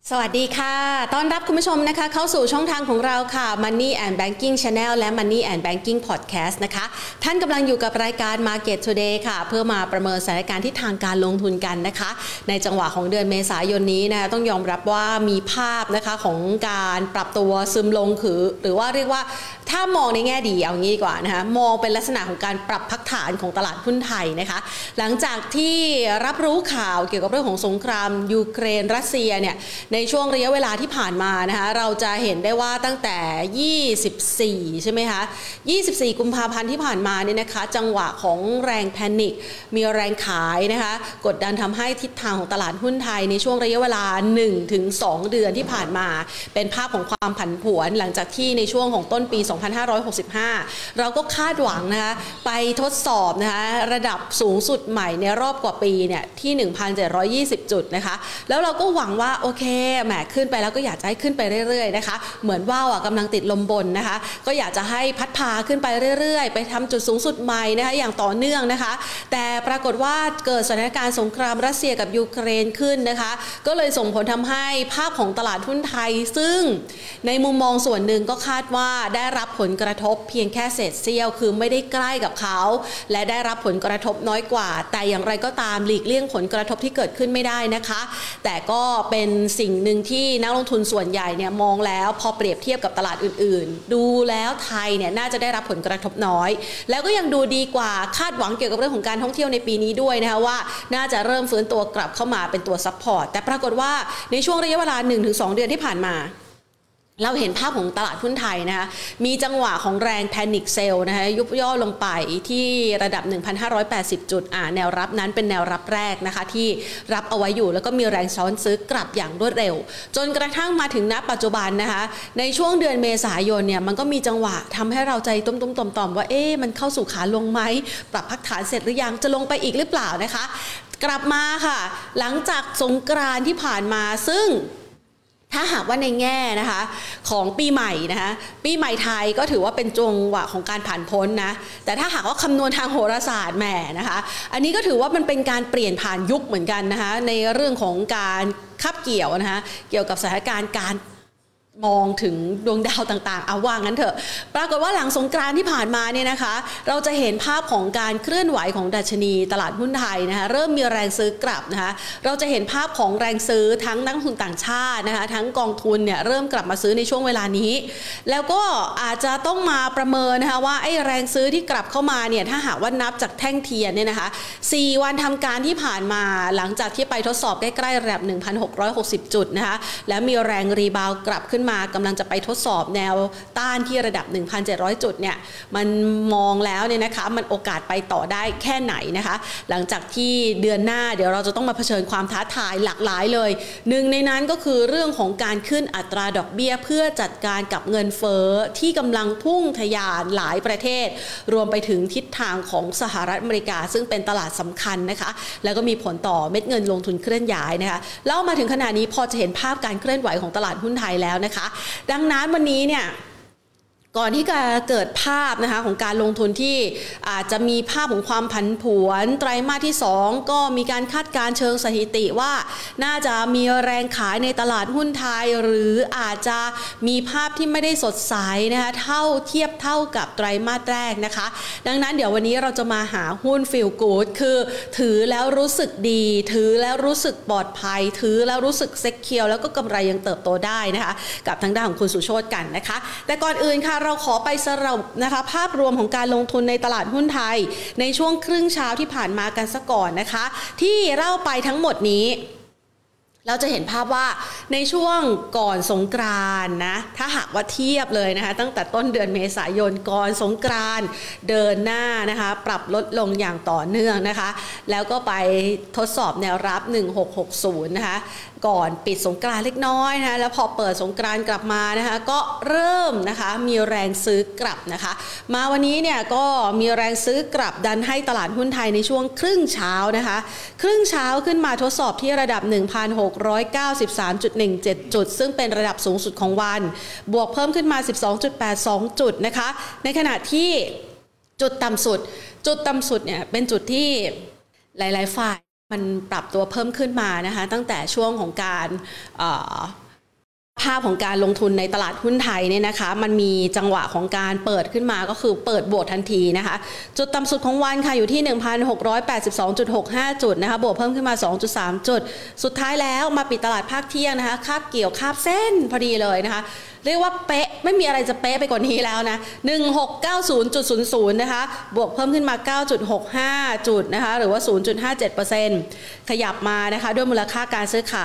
สวัสดีค่ะต้อนรับคุณผู้ชมนะคะเข้าสู่ช่องทางของเราค่ะ Money and Banking Channel และ Money and Banking Podcast นะคะท่านกำลังอยู่กับรายการ Market Today ค่ะเพื่อมาประเมินสถานการณ์ที่ทางการลงทุนกันนะคะในจังหวะของเดือนเมษายนนี้นะคะต้องยอมรับว่ามีภาพนะคะของการปรับตัวซึมลงหรือว่าเรียกว่าถ้ามองในแง่ดีเอางี้ดีกว่านะคะมองเป็นลักษณะของการปรับพักฐานของตลาดหุ้นไทยนะคะหลังจากที่รับรู้ข่าวเกี่ยวกับเรื่องของสงครามยูเครนรัสเซียเนี่ยในช่วงระยะเวลาที่ผ่านมานะคะเราจะเห็นได้ว่าตั้งแต่24ใช่ไหมคะ24กุมภาพันธ์ที่ผ่านมาเนี่ยนะคะจังหวะของแรงแพนิคมีแรงขายนะคะกดดันทำให้ทิศทางของตลาดหุ้นไทยในช่วงระยะเวลา 1-2 เดือนที่ผ่านมาเป็นภาพของความผันผวนหลังจากที่ในช่วงของต้นปี2565เราก็คาดหวังนะคะไปทดสอบนะคะระดับสูงสุดใหม่ในรอบกว่าปีเนี่ยที่ 1,720 จุดนะคะแล้วเราก็หวังว่าโอเคแหมขึ้นไปแล้วก็อยากจะให้ขึ้นไปเรื่อยๆนะคะเหมือนว่าวกำลังติดลมบนนะคะก็อยากจะให้พัดพาขึ้นไปเรื่อยๆไปทำจุดสูงสุดใหม่นะคะอย่างต่อเนื่องนะคะแต่ปรากฏว่าเกิดสถานการณ์สงครามรัสเซียกับยูเครนขึ้นนะคะก็เลยส่งผลทำให้ภาพของตลาดหุ้นไทยซึ่งในมุมมองส่วนหนึ่งก็คาดว่าได้รับผลกระทบเพียงแค่เศษเสี้ยวคือไม่ได้ใกล้กับเขาและได้รับผลกระทบน้อยกว่าแต่อย่างไรก็ตามหลีกเลี่ยงผลกระทบที่เกิดขึ้นไม่ได้นะคะแต่ก็เป็นสิ่งหนึ่งที่นักลงทุนส่วนใหญ่เนี่ยมองแล้วพอเปรียบเทียบกับตลาดอื่นๆดูแล้วไทยเนี่ยน่าจะได้รับผลกระทบน้อยแล้วก็ยังดูดีกว่าคาดหวังเกี่ยวกับเรื่องของการท่องเที่ยวในปีนี้ด้วยนะคะว่าน่าจะเริ่มฟื้นตัวกลับเข้ามาเป็นตัวซัพพอร์ตแต่ปรากฏว่าในช่วงระยะเวลา 1-2 เดือนที่ผ่านมาเราเห็นภาพของตลาดหุ้นไทยนะคะมีจังหวะของแรงแพนิคเซลนะคะยุบย่อลงไปที่ระดับ 1,580 จุดแนวรับนั้นเป็นแนวรับแรกนะคะที่รับเอาไว้อยู่แล้วก็มีแรงซ้อนซื้อกลับอย่างรวดเร็วจนกระทั่งมาถึงณปัจจุบันนะคะในช่วงเดือนเมษายนเนี่ยมันก็มีจังหวะทำให้เราใจตุ้มๆต่อมๆว่ามันเข้าสู่ขาลงไหมปรับพักฐานเสร็จหรือยังจะลงไปอีกหรือเปล่านะคะกลับมาค่ะหลังจากสงกรานต์ที่ผ่านมาซึ่งถ้าหากว่าในแง่นะคะของปีใหม่นะคะปีใหม่ไทยก็ถือว่าเป็นจังหวะของการผ่านพ้นนะแต่ถ้าหากว่าคำนวณทางโหราศาสตร์แหมนะคะอันนี้ก็ถือว่ามันเป็นการเปลี่ยนผ่านยุคเหมือนกันนะคะในเรื่องของการคาบเกี่ยวนะคะเกี่ยวกับสถานการณ์การมองถึงดวงดาวต่างๆเอาว่างั้นเถอะปรากฏว่าหลังสงกรานต์ที่ผ่านมาเนี่ยนะคะเราจะเห็นภาพของการเคลื่อนไหวของดัชนีตลาดหุ้นไทยนะคะเริ่มมีแรงซื้อกลับนะคะเราจะเห็นภาพของแรงซื้อทั้งนักลงทุนต่างชาตินะคะทั้งกองทุนเนี่ยเริ่มกลับมาซื้อในช่วงเวลานี้แล้วก็อาจจะต้องมาประเมินนะคะว่าไอ้แรงซื้อที่กลับเข้ามาเนี่ยถ้าหากว่านับจากแท่งเทียนเนี่ยนะคะ4วันทำการที่ผ่านมาหลังจากที่ไปทดสอบใกล้ๆระดับ 1,660 จุดนะคะแล้วมีแรงรีบาวกลับขึ้นมากำลังจะไปทดสอบแนวต้านที่ระดับ 1,700 จุดเนี่ยมันมองแล้วเนี่ยนะคะมันโอกาสไปต่อได้แค่ไหนนะคะหลังจากที่เดือนหน้าเดี๋ยวเราจะต้องมาเผชิญความท้าทายหลากหลายเลยหนึ่งในนั้นก็คือเรื่องของการขึ้นอัตราดอกเบี้ยเพื่อจัดการกับเงินเฟ้อที่กำลังพุ่งทะยานหลายประเทศรวมไปถึงทิศทางของสหรัฐอเมริกาซึ่งเป็นตลาดสำคัญนะคะแล้วก็มีผลต่อเม็ดเงินลงทุนเคลื่อนย้ายนะคะแล้วมาถึงขณะนี้พอจะเห็นภาพการเคลื่อนไหวของตลาดหุ้นไทยแล้วนะคะดังนั้นวันนี้เนี่ยก่อนที่จะเกิดภาพนะคะของการลงทุนที่อาจจะมีภาพของความผันผวนไตรมาสที่2ก็มีการคาดการณ์เชิงสถิติว่าน่าจะมีแรงขายในตลาดหุ้นไทยหรืออาจจะมีภาพที่ไม่ได้สดใสนะคะเทียบเท่ากับไตรมาสแรกนะคะดังนั้นเดี๋ยววันนี้เราจะมาหาหุ้น Feel Good คือถือแล้วรู้สึกดีถือแล้วรู้สึกปลอดภัยถือแล้วรู้สึกเซ็กเคียวแล้วก็กำไรยังเติบโตได้นะคะกับทางด้านของคุณสุโชติกันนะคะแต่ก่อนอื่นค่ะเราขอไปสรุปนะคะภาพรวมของการลงทุนในตลาดหุ้นไทยในช่วงครึ่งเช้าที่ผ่านมากันซะก่อนนะคะที่เล่าไปทั้งหมดนี้เราจะเห็นภาพว่าในช่วงก่อนสงกรานต์นะถ้าหากว่าเทียบเลยนะคะตั้งแต่ต้นเดือนเมษายนก่อนสงกรานต์เดินหน้านะคะปรับลดลงอย่างต่อเนื่องนะคะแล้วก็ไปทดสอบแนวรับ 1660 นะคะก่อนปิดสงกรานต์เล็กน้อยนะคะแล้วพอเปิดสงกรานต์กลับมานะคะก็เริ่มนะคะมีแรงซื้อกลับนะคะมาวันนี้เนี่ยก็มีแรงซื้อกลับดันให้ตลาดหุ้นไทยในช่วงครึ่งเช้านะคะครึ่งเช้าขึ้นมาทดสอบที่ระดับ 1,693.17 จุดซึ่งเป็นระดับสูงสุดของวันบวกเพิ่มขึ้นมา 12.82 จุดนะคะในขณะที่จุดต่ำสุดเนี่ยเป็นจุดที่หลายๆฝ่ายมันปรับตัวเพิ่มขึ้นมานะคะตั้งแต่ช่วงของการภาพของการลงทุนในตลาดหุ้นไทยเนี่ยนะคะมันมีจังหวะของการเปิดขึ้นมาก็คือเปิดบวกทันทีนะคะจุดต่ำสุดของวันค่ะอยู่ที่ 1,682.65 จุดนะคะบวกเพิ่มขึ้นมา 2.3 จุดสุดท้ายแล้วมาปิดตลาดภาคเที่ยงนะคะคาบเกี่ยวคาบเส้นพอดีเลยนะคะเรียกว่าเป๊ะไม่มีอะไรจะเป๊ะไปกว่านี้แล้วนะ 1690.00 นะคะบวกเพิ่มขึ้นมา 9.65 จุดนะคะหรือว่า 0.57% ขยับมานะคะด้วยมูลค่าการซื้อขาย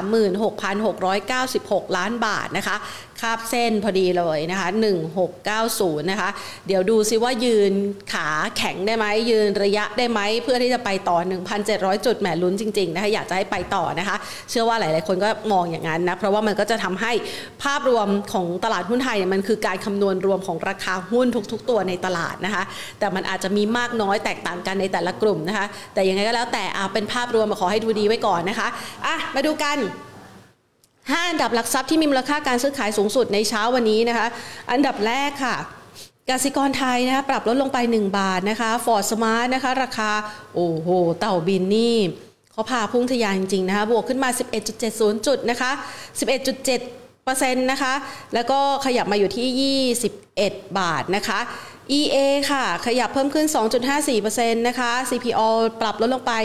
36,696 ล้านบาทนะคะคาบเส้นพอดีเลยนะคะ1690นะคะเดี๋ยวดูซิว่ายืนขาแข็งได้ไหมยืนระยะได้ไหมเพื่อที่จะไปต่อ 1,700 จุดแหมลุ้นจริงๆนะคะอยากจะให้ไปต่อนะคะเชื่อว่าหลายๆคนก็มองอย่างนั้นนะเพราะว่ามันก็จะทำให้ภาพรวมของตลาดหุ้นไทยเนี่ยมันคือการคำนวณรวมของราคาหุ้นทุกๆตัวในตลาดนะคะแต่มันอาจจะมีมากน้อยแตกต่างกันในแต่ละกลุ่มนะคะแต่ยังไงก็แล้วแต่เป็นภาพรวมขอให้ดูดีไว้ก่อนนะคะมาดูกัน5 อันดับหลักทรัพย์ที่มีมูลค่าการซื้อขายสูงสุดในเช้าวันนี้นะคะอันดับแรกค่ะกสิกรไทยนะคะปรับลดลงไป1 บาทนะคะฟอร์ดสมาร์ทนะคะราคาโอ้โหเต่าบินนี่เขาพาพุ่งทะยานจริงๆนะคะบวกขึ้นมา 11.70 จุดนะคะ 11.7% นะคะแล้วก็ขยับมาอยู่ที่21 บาทนะคะ EA ค่ะขยับเพิ่มขึ้น 2.54% นะคะ CPO ปรับลดลงไป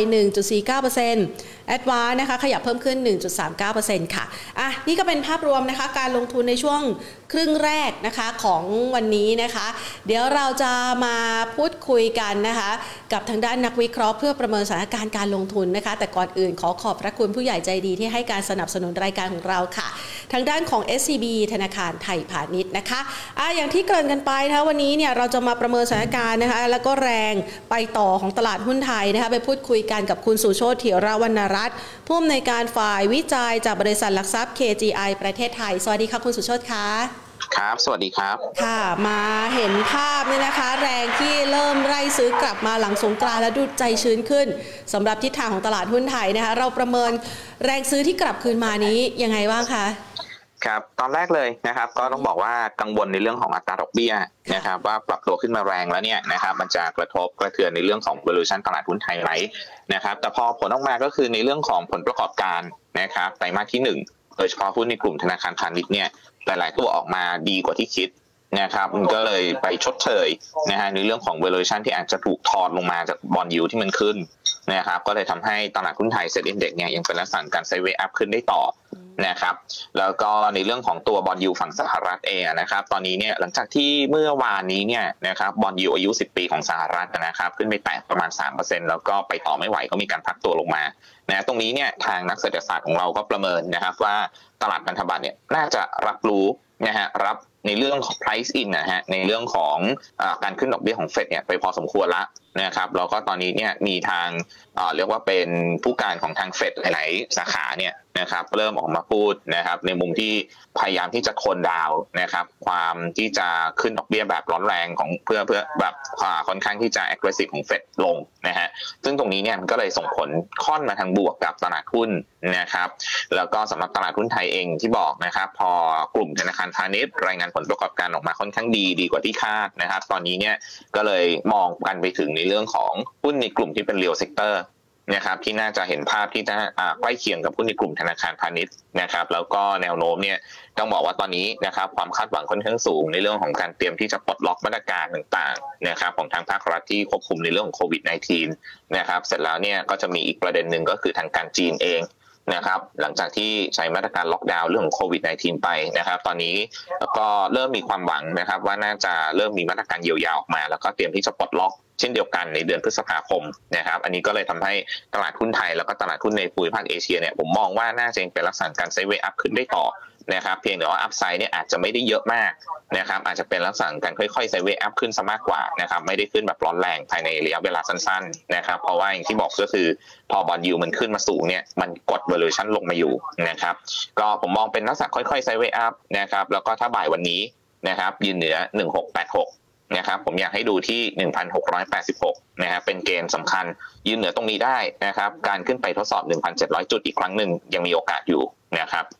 1.49% Advance นะคะขยับเพิ่มขึ้น 1.39% ค่ะนี่ก็เป็นภาพรวมนะคะการลงทุนในช่วงครึ่งแรกนะคะของวันนี้นะคะเดี๋ยวเราจะมาพูดคุยกันนะคะกับทางด้านนักวิเคราะห์เพื่อประเมินสถานการณ์การลงทุนนะคะแต่ก่อนอื่นขอบพระคุณผู้ใหญ่ใจดีที่ให้การสนับสนุนรายการของเราค่ะทางด้านของ SCB ธนาคารไทยพาณิชย์นะคะอย่างที่เกริ่นกันไปนะคะวันนี้เนี่ยเราจะมาประเมินสถานการณ์นะคะแล้วก็แรงไปต่อของตลาดหุ้นไทยนะคะไปพูดคุยกันกับคุณสุโชติ เถียรวรรณรัตน์ผู้อำนวยการฝ่ายวิจัยจากบริษัทหลักทรัพย์ KGI ประเทศไทยสวัสดีค่ะคุณสุโชติค่ะครับสวัสดีครับค่ะมาเห็นภาพเนี่ยนะคะแรงที่เริ่มไล่ซื้อกลับมาหลังสงกรานต์และดูใจชื้นขึ้นสำหรับทิศทางของตลาดหุ้นไทยนะคะเราประเมินแรงซื้อที่กลับคืนมานี้ยังไงบ้างคะครับตอนแรกเลยนะครับก็ต้องบอกว่ากังวลในเรื่องของอัตราดอกเบี้ยนะครับว่าปรับตัวขึ้นมาแรงแล้วเนี่ยนะครับมันจะกระทบกระเทือนในเรื่องของ valuation ตลาดหุ้นไทยไหมนะครับแต่พอผลออกมาก็คือในเรื่องของผลประกอบการนะครับไตรมาสที่1โดยเฉพาะหุ้นในกลุ่มธนาคารพาณิชย์เนี่ยหลายๆตัวออกมาดีกว่าที่คิดนะครับมันก็เลยไปชดเชยนะฮะในเรื่องของ valuation ที่อาจจะถูกทอนลงมาจากบอนด์ยิลด์ที่มันขึ้นนะครับก็เลยทำให้ตลาดหุ้นไทยเซ็ตอินเด็กซ์เนี่ยยังเป็นลักษณะการไซด์เวย์อัพขึ้นได้ต่อนะครับแล้วก็ในเรื่องของตัวบอนด์ยิลด์ฝั่งสหรัฐเองนะครับตอนนี้เนี่ยหลังจากที่เมื่อวานนี้เนี่ยนะครับบอนด์ยิลด์อายุ10 ปีของสหรัฐนะครับขึ้นไปแตะประมาณ 3% แล้วก็ไปต่อไม่ไหวก็มีการพักตัวลงมานะตรงนี้เนี่ยทางนักเศรษฐศาสตร์ของเราก็ประเมินนะครับว่าตลาดพันธบัตรเนี่ยน่าจะรับรู้นะฮะรับในเรื่องของ price in นะฮะในเรื่องของการขึ้นดอกเบี้ยของเฟดเนี่ยไปพอสมควรละนะครับแล้วก็ตอนนี้เนี่ยมีทางเรียกว่าเป็นผู้การของทางเฟดหลายๆสาขาเนี่ยนะครับเริ่มออกมาพูดนะครับในมุมที่พยายามที่จะโคนดาวนะครับความที่จะขึ้นดอกเบี้ยแบบร้อนแรงของเพื่อแบบค่อนข้างที่จะ aggressive ของเฟดลงนะฮะซึ่งตรงนี้เนี่ยมันก็เลยส่งผลค่อนมาทางบวกกับตลาดหุ้นนะครับแล้วก็สำหรับตลาดหุ้นไทยเองที่บอกนะครับพอกลุ่มธนาคารพาณิชย์รายงานผลประกอบการออกมาค่อนข้างดีกว่าที่คาดนะครับตอนนี้เนี่ยก็เลยมองกันไปถึงในเรื่องของหุ้นในกลุ่มที่เป็น real sector นะครับที่น่าจะเห็นภาพที่จะใกล้เคียงกับหุ้นในกลุ่มธนาคารพาณิชย์นะครับแล้วก็แนวโน้มเนี่ยต้องบอกว่าตอนนี้นะครับความคาดหวังค่อนข้างสูงในเรื่องของการเตรียมที่จะปลดล็อกมาตรการต่างๆนะครับของทางภาครัฐที่ควบคุมในเรื่องของโควิด -19 นะครับเสร็จแล้วเนี่ยก็จะมีอีกประเด็นหนึ่งก็คือทางการจีนเองนะครับหลังจากที่ใช้มาตรการล็อกดาวน์เรื่องของโควิด -19 ไปนะครับตอนนี้ก็เริ่มมีความหวังนะครับว่าน่าจะเริ่มมีมาตรการเยียวยาออกมาแล้วก็เตรียมที่จะปลดล็อกเช่นเดียวกันในเดือนพฤษภาคมนะครับอันนี้ก็เลยทำให้ตลาดหุ้นไทยแล้วก็ตลาดหุ้นในภูมิภาคเอเชียเนี่ยผมมองว่าน่าจะเป็นลักษณะการไซด์เวย์อัพขึ้นได้ต่อนะครับเพียงแต่ว่าอัพไซด์เนี่ยอาจจะไม่ได้เยอะมากนะครับอาจจะเป็นลักษณะการค่อยๆไซด์เวย์อัพขึ้นซะมากกว่านะครับไม่ได้ขึ้นแบบร้อนแรงภายในระยะเวลาสั้นๆนะครับเพราะว่าอย่างที่บอกก็คือพอบอนด์ยิลด์มันขึ้นมาสูงเนี่ยมันกด valuation ลงมาอยู่นะครับก็ผมมองเป็นลักษณะค่อยๆไซด์เวย์อัพนะครับแล้วก็ถ้าบ่ายวันนี้นะครับยืนเหนือ1686นะครับผมอยากให้ดูที่1686นะครับเป็นเกณฑ์สำคัญยืนเหนือตรงนี้ได้นะครับการขึ้นไปทดสอบ 1,700 จุดอีกครั้งหนึ่งยังมีโอกาสอยู่นะครับ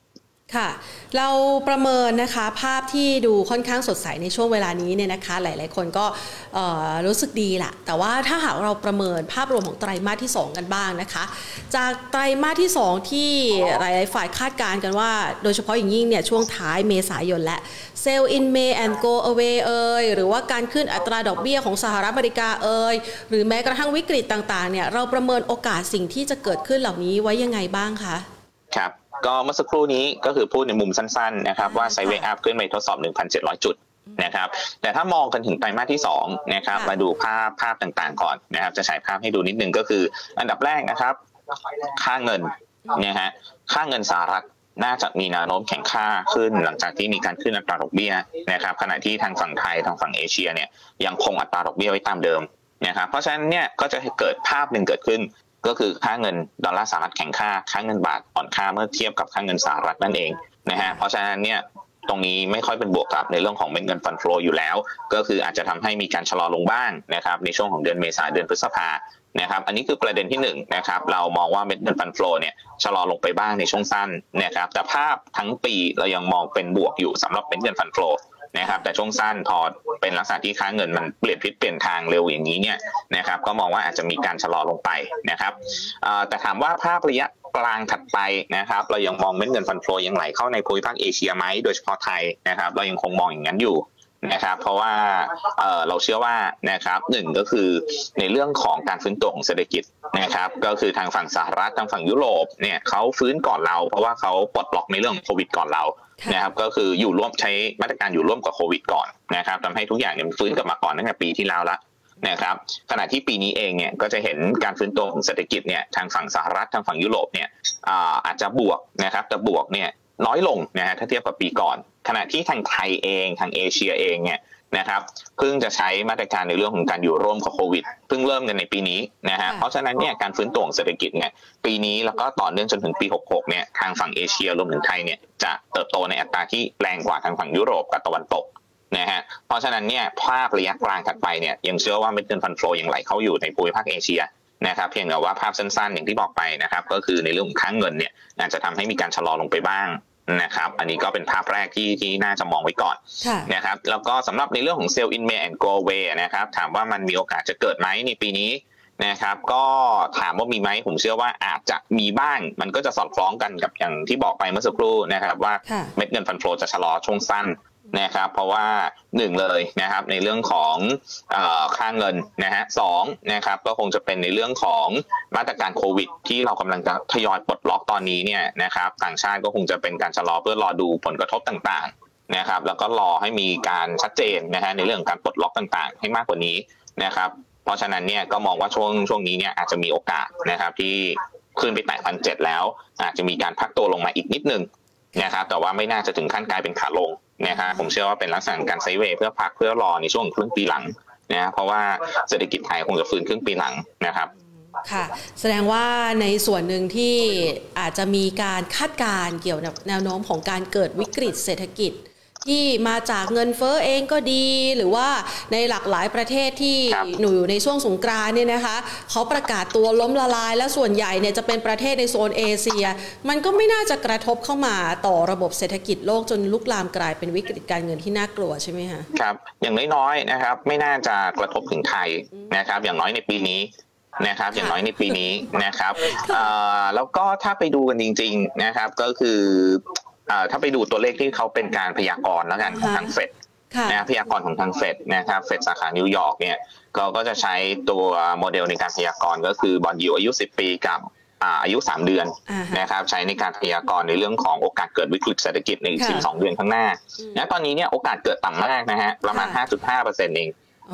ค่ะเราประเมินนะคะภาพที่ดูค่อนข้างสดใสในช่วงเวลานี้เนี่ยนะคะหลายๆคนก็รู้สึกดีแหละแต่ว่าถ้าหากเราประเมินภาพรวมของไตรมาสที่2กันบ้างนะคะจากไตรมาสที่2ที่หลายๆฝ่ายคาดการณ์กันว่าโดยเฉพาะอย่างยิ่งเนี่ยช่วงท้ายเมษายนและ Sell in May and Go Away หรือว่าการขึ้นอัตราดอกเบี้ยของสหรัฐอเมริกาหรือแม้กระทั่งวิกฤตต่างๆเนี่ยเราประเมินโอกาสสิ่งที่จะเกิดขึ้นเหล่านี้ไว้ยังไงบ้างคะครับก็เมื่อสักครู่นี้ก็คือพูดในมุมสั้นๆนะครับว่าไซด์เวย์อัพขึ้นไปทดสอบ 1,700 จุดนะครับแต่ถ้ามองกันถึงไตรมาสที่2นะครับมาดูภาพต่างๆก่อนนะครับจะฉายภาพให้ดูนิดนึงก็คืออันดับแรกนะครับค่าเงินนะฮะค่าเงินสหรัฐน่าจะมีแนวโน้มแข็งค่าขึ้นหลังจากที่มีการขึ้นอัตราดอกเบี้ยนะครับขณะที่ทางฝั่งไทยทางฝั่งเอเชียเนี่ยยังคงอัตราดอกเบี้ยไว้ตามเดิมนะครับเพราะฉะนั้นเนี่ยก็จะเกิดภาพหนึ่งเกิดขึ้นก็คือค่าเงินดอลลาร์สหรัฐแข็งค่าค่าเงินบาทอ่อนค่าเมื่อเทียบกับค่าเงินสหรัฐนั่นเองนะฮะเพราะฉะนั้นเนี่ยตรงนี้ไม่ค่อยเป็นบวกกับในเรื่องของเม็ดเงินฟันโฟลอยู่แล้วก็คืออาจจะทำให้มีการชะลอลงบ้างนะครับในช่วงของเดือนเมษายนเดือนพฤษภานะครับอันนี้คือประเด็นที่1นะครับเรามองว่าเม็ดเงินฟันโฟลเนี่ยชะลอลงไปบ้างในช่วงสั้นนะครับแต่ภาพทั้งปีเรายังมองเป็นบวกอยู่สำหรับเม็ดเงินฟันโฟลนะครับแต่ช่วงสั้นพอเป็นลักษณะที่ค่าเงินมันเปลี่ยนทิศเปลี่ยนทางเร็วอย่างนี้เนี่ยนะครับก็มองว่าอาจจะมีการชะลอลงไปนะครับแต่ถามว่าภาพระยะกลางถัดไปนะครับเรายังมองเม็ดเงินฟันโฟลยังไหลเข้าในภูมิภาคเอเชียไหมโดยเฉพาะไทยนะครับเรายังคงมองอย่างนั้นอยู่นะครับเพราะว่าเราเชื่อว่านะครับ1ก็คือในเรื่องของการฟื้นตัวของเศรษฐกิจนะครับก็คือทางฝั่งสหรัฐทางฝั่งยุโรปเนี่ยเขาฟื้นก่อนเราเพราะว่าเขาปลดล็อกในเรื่องโควิดก่อนเรานะครับก็คืออยู่ร่วมใช้มาตรการอยู่ร่วมกับโควิดก่อนนะครับทำให้ทุกอย่างเนี่ยฟื้นกลับมาก่อนตั้งแต่ปีที่แล้วละนะครับขณะที่ปีนี้เองเนี่ยก็จะเห็นการฟื้นตัวของเศรษฐกิจเนี่ยทางฝั่งสหรัฐทางฝั่งยุโรปเนี่ยอาจจะบวกนะครับแต่บวกเนี่ยน้อยลงนะฮะถ้าเทียบกับปีก่อนขณะที่ทางไทยเองทางเอเชียเองเนี่ยนะครับเพิ่งจะใช้มาตรการในเรื่องของการอยู่ร่วมกับโควิดเพิ่งเริ่มกันในปีนี้นะฮะเพราะฉะนั้นเนี่ยการฟื้นตัวของเศรษฐกิจเนี่ยปีนี้แล้วก็ต่อเนื่องจนถึงปี66เนี่ยทางฝั่งเอเชียรวมถึงไทยเนี่ยจะเติบโตในอัตราที่แรงกว่าทางฝั่งยุโรปกับตะวันตกนะฮะเพราะฉะนั้นเนี่ยภาพระยะกลางถัดไปเนี่ยยังเชื่อว่าเม็ดเงินฟันโฟลยังไหลเข้าอยู่ในภูมิภาคเอเชียนะครับเพียงแต่ว่าภาพสั้นๆอย่างที่บอกไปนะครับก็คือในเรื่องของค่าเงินเนี่ยอาจจะทำให้มีการชะลอลงไปบ้างนะครับอันนี้ก็เป็นภาพแรกที่น่าจะมองไว้ก่อนนะครับแล้วก็สำหรับในเรื่องของ Sell in May and Go Away นะครับถามว่ามันมีโอกาสจะเกิดไหมในปีนี้นะครับก็ถามว่ามีไหมผมเชื่อว่าอาจจะมีบ้างมันก็จะสอดคล้องกันกับอย่างที่บอกไปเมื่อสักครู่นะครับว่าเม็ดเงินฟันโฟลจะชะลอช่วงสั้นนะครับเพราะว่า1เลยนะครับในเรื่องของค่าเงินนะฮะ2นะครับก็คงจะเป็นในเรื่องของมาตรการโควิดที่เรากำลังจะทยอยปลดล็อกตอนนี้เนี่ยนะครับต่างชาติก็คงจะเป็นการชะลอเพื่อรอดูผลกระทบต่างๆนะครับแล้วก็รอให้มีการชัดเจนนะฮะในเรื่องการปลดล็อกต่างๆให้มากกว่านี้นะครับเพราะฉะนั้นเนี่ยก็มองว่าช่วงนี้เนี่ยอาจจะมีโอกาสนะครับที่ขึ้นไปแตะ 1,700 แล้วอาจจะมีการพักตัวลงมาอีกนิดนึงนะครับแต่ว่าไม่น่าจะถึงขั้นกลายเป็นขาลงนะฮะผมเชื่อว่าเป็นลักษณะการไซด์เวย์เพื่อพักเพื่อรอในช่วงครึ่งปีหลังนะเพราะว่าเศรษฐกิจไทยคงจะฟื้นครึ่งปีหลังนะครับค่ะแสดงว่าในส่วนหนึ่งที่อาจจะมีการคาดการณ์เกี่ยวกับแนวโน้มของการเกิดวิกฤตเศรษฐกิจที่มาจากเงินเฟ้อเองก็ดีหรือว่าในหลากหลายประเทศที่หนูอยู่ในช่วงสงกรานต์เนี่ยนะคะเขาประกาศตัวล้มละลายและส่วนใหญ่เนี่ยจะเป็นประเทศในโซนเอเชียมันก็ไม่น่าจะกระทบเข้ามาต่อระบบเศรษฐกิจโลกจนลุกลามกลายเป็นวิกฤตการเงินที่น่ากลัวใช่ไหมคะครับอย่างน้อยๆนะครับไม่น่าจะกระทบถึงไทยนะครับอย่างน้อยในปีนี้นะครับอย่างน้อยในปีนี้นะครับแล้วก็ถ้าไปดูกันจริงๆนะครับก็คือถ้าไปดูตัวเลขที่เขาเป็นการพยากรณ์แล้วกันของทางเฟดนะพยากรณ์ของทางเฟดนะครับเฟดสาขานิวยอร์กเนี่ยก็จะใช้ตัวโมเดลในการพยากรณ์ก็คือบอนด์ยิลด์อายุ10 ปีกับอายุ3 เดือนนะครับใช้ในการพยากรณ์ในเรื่องของโอกาสเกิดวิกฤตเศรษฐกิจในอีก12 เดือนข้างหน้านะตอนนี้เนี่ยโอกาสเกิดต่ำมากนะฮะประมาณ 5.5% เอง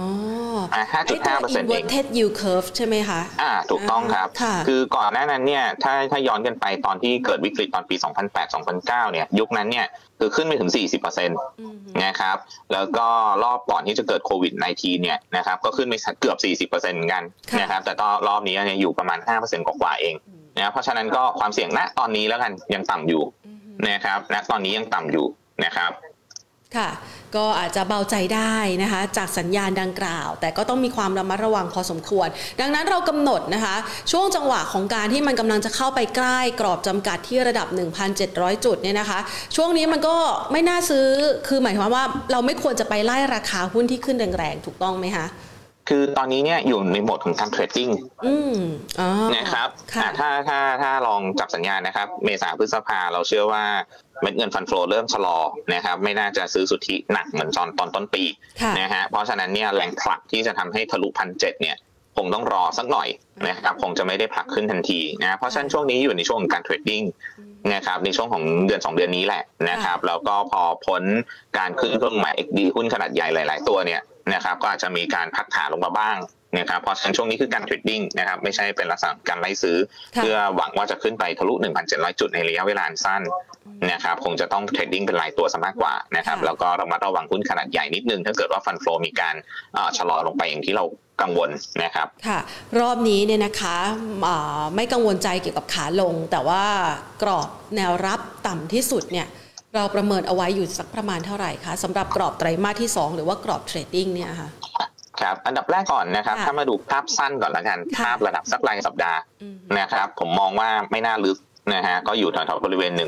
5.5% เอง inverted yield curve ใช่ไหมคะถูกต้องครับคือก่อนหน้านั้นเนี่ยถ้าย้อนกันไปตอนที่เกิดวิกฤตตอนปี 2008-2009 เนี่ยยุคนั้นเนี่ยคือขึ้นไปถึง 40% นะครับแล้วก็รอบก่อนที่จะเกิดโควิด -19 เนี่ยนะครับก็ขึ้นไปเกือบ 40% เหมือนกันนะครับแต่รอบนี้เนี่ยอยู่ประมาณ 5% กว่าๆเองนะเพราะฉะนั้นก็ความเสี่ยงณตอนนี้แล้วกันยังต่ำอยู่นะครับณตอนนี้ยังต่ำอยู่นะครับค่ะก็อาจจะเบาใจได้นะคะจากสัญญาณดังกล่าวแต่ก็ต้องมีความระมัดระวังพอสมควรดังนั้นเรากำหนดนะคะช่วงจังหวะของการที่มันกำลังจะเข้าไปใกล้กรอบจำกัดที่ระดับ 1,700 จุดเนี่ยนะคะช่วงนี้มันก็ไม่น่าซื้อคือหมายความว่าเราไม่ควรจะไปไล่ราคาหุ้นที่ขึ้นแรงๆถูกต้องไหมคะคือตอนนี้เนี่ยอยู่ในโหมดของการเทรดดิ้งนะครับถ้าลองจับสัญญาณนะครับเมษาพฤษภาเราเชื่อว่าเม็ดเงินฟันโฟลเริ่มชะลอนะครับไม่น่าจะซื้อสุทธิหนักเหมือนตอนต้นปีนะฮะเพราะฉะนั้นเนี่ยแรงผลักที่จะทำให้ทะลุ 1,700 เนี่ยคงต้องรอสักหน่อยนะครับคงจะไม่ได้ผลักขึ้นทันทีนะเพราะฉะนั้นช่วงนี้อยู่ในช่วงของการเทรดดิ้งนะครับในช่วงของเดือน2เดือนนี้แหละนะครับแล้วก็พอพ้นการขึ้นเครื่องหมาย XD หุ้นขนาดใหญ่หลายๆตัวเนี่ยนะครับก็อาจจะมีการพักฐานลงมาบ้างนะครับเพราะฉะนั้นช่วงนี้คือการเทรดดิ้งนะครับไม่ใช่เป็นลักษณะการไล่ซื้อเพื่อหวังว่าจะขึ้นไปทะลุ 1,700 จุดในระยะเวลาสั้นนะครับคงจะต้องเทรดดิ้งเป็นรายตัวซะมากกว่านะครับแล้วก็ระมัดระวังหุ้นขนาดใหญ่นิดนึงถ้าเกิดว่าฟันโฟลมีการชะลอลงไปอย่างที่เรากังวลนะครับค่ะรอบนี้เนี่ยนะคะไม่กังวลใจเกี่ยวกับขาลงแต่ว่ากรอบแนวรับต่ำที่สุดเนี่ยเราประเมินเอาไว้อยู่สักประมาณเท่าไหร่คะสำหรับกรอบไตรมาสที่2หรือว่ากรอบเทรดดิ้งเนี่ยค่ะครับอันดับแรกก่อนนะครับถ้ามาดูภาพสั้นก่อนละกันภาพระดับสักรายสัปดาห์นะครับผมมองว่าไม่น่าลึกนะฮะก็อยู่แถวๆบริเวณ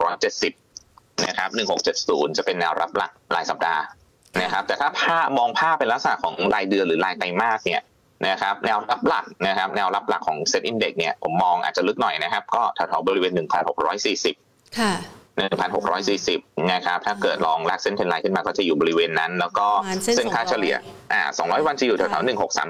1,670 นะครับ 1,670 จะเป็นแนวรับหลักรายสัปดาห์นะครับแต่ถ้ามองภาพเป็นลักษณะของรายเดือนหรือรายไตรมาสเนี่ยนะครับแนวรับหลักนะครับแนวรับหลักของ Set Index เนี่ยผมมองอาจจะลึกหน่อยนะครับก็แถวๆบริเวณ 1,640 ค่ะ1,640 นะครับถ้าเกิดลองลากเส้นเทรนไลน์ขึ้นมาก็จะอยู่บริเวณนั้นแล้วก็เส้นค่าเฉลี่ย200 วันจะอยู่แถวๆ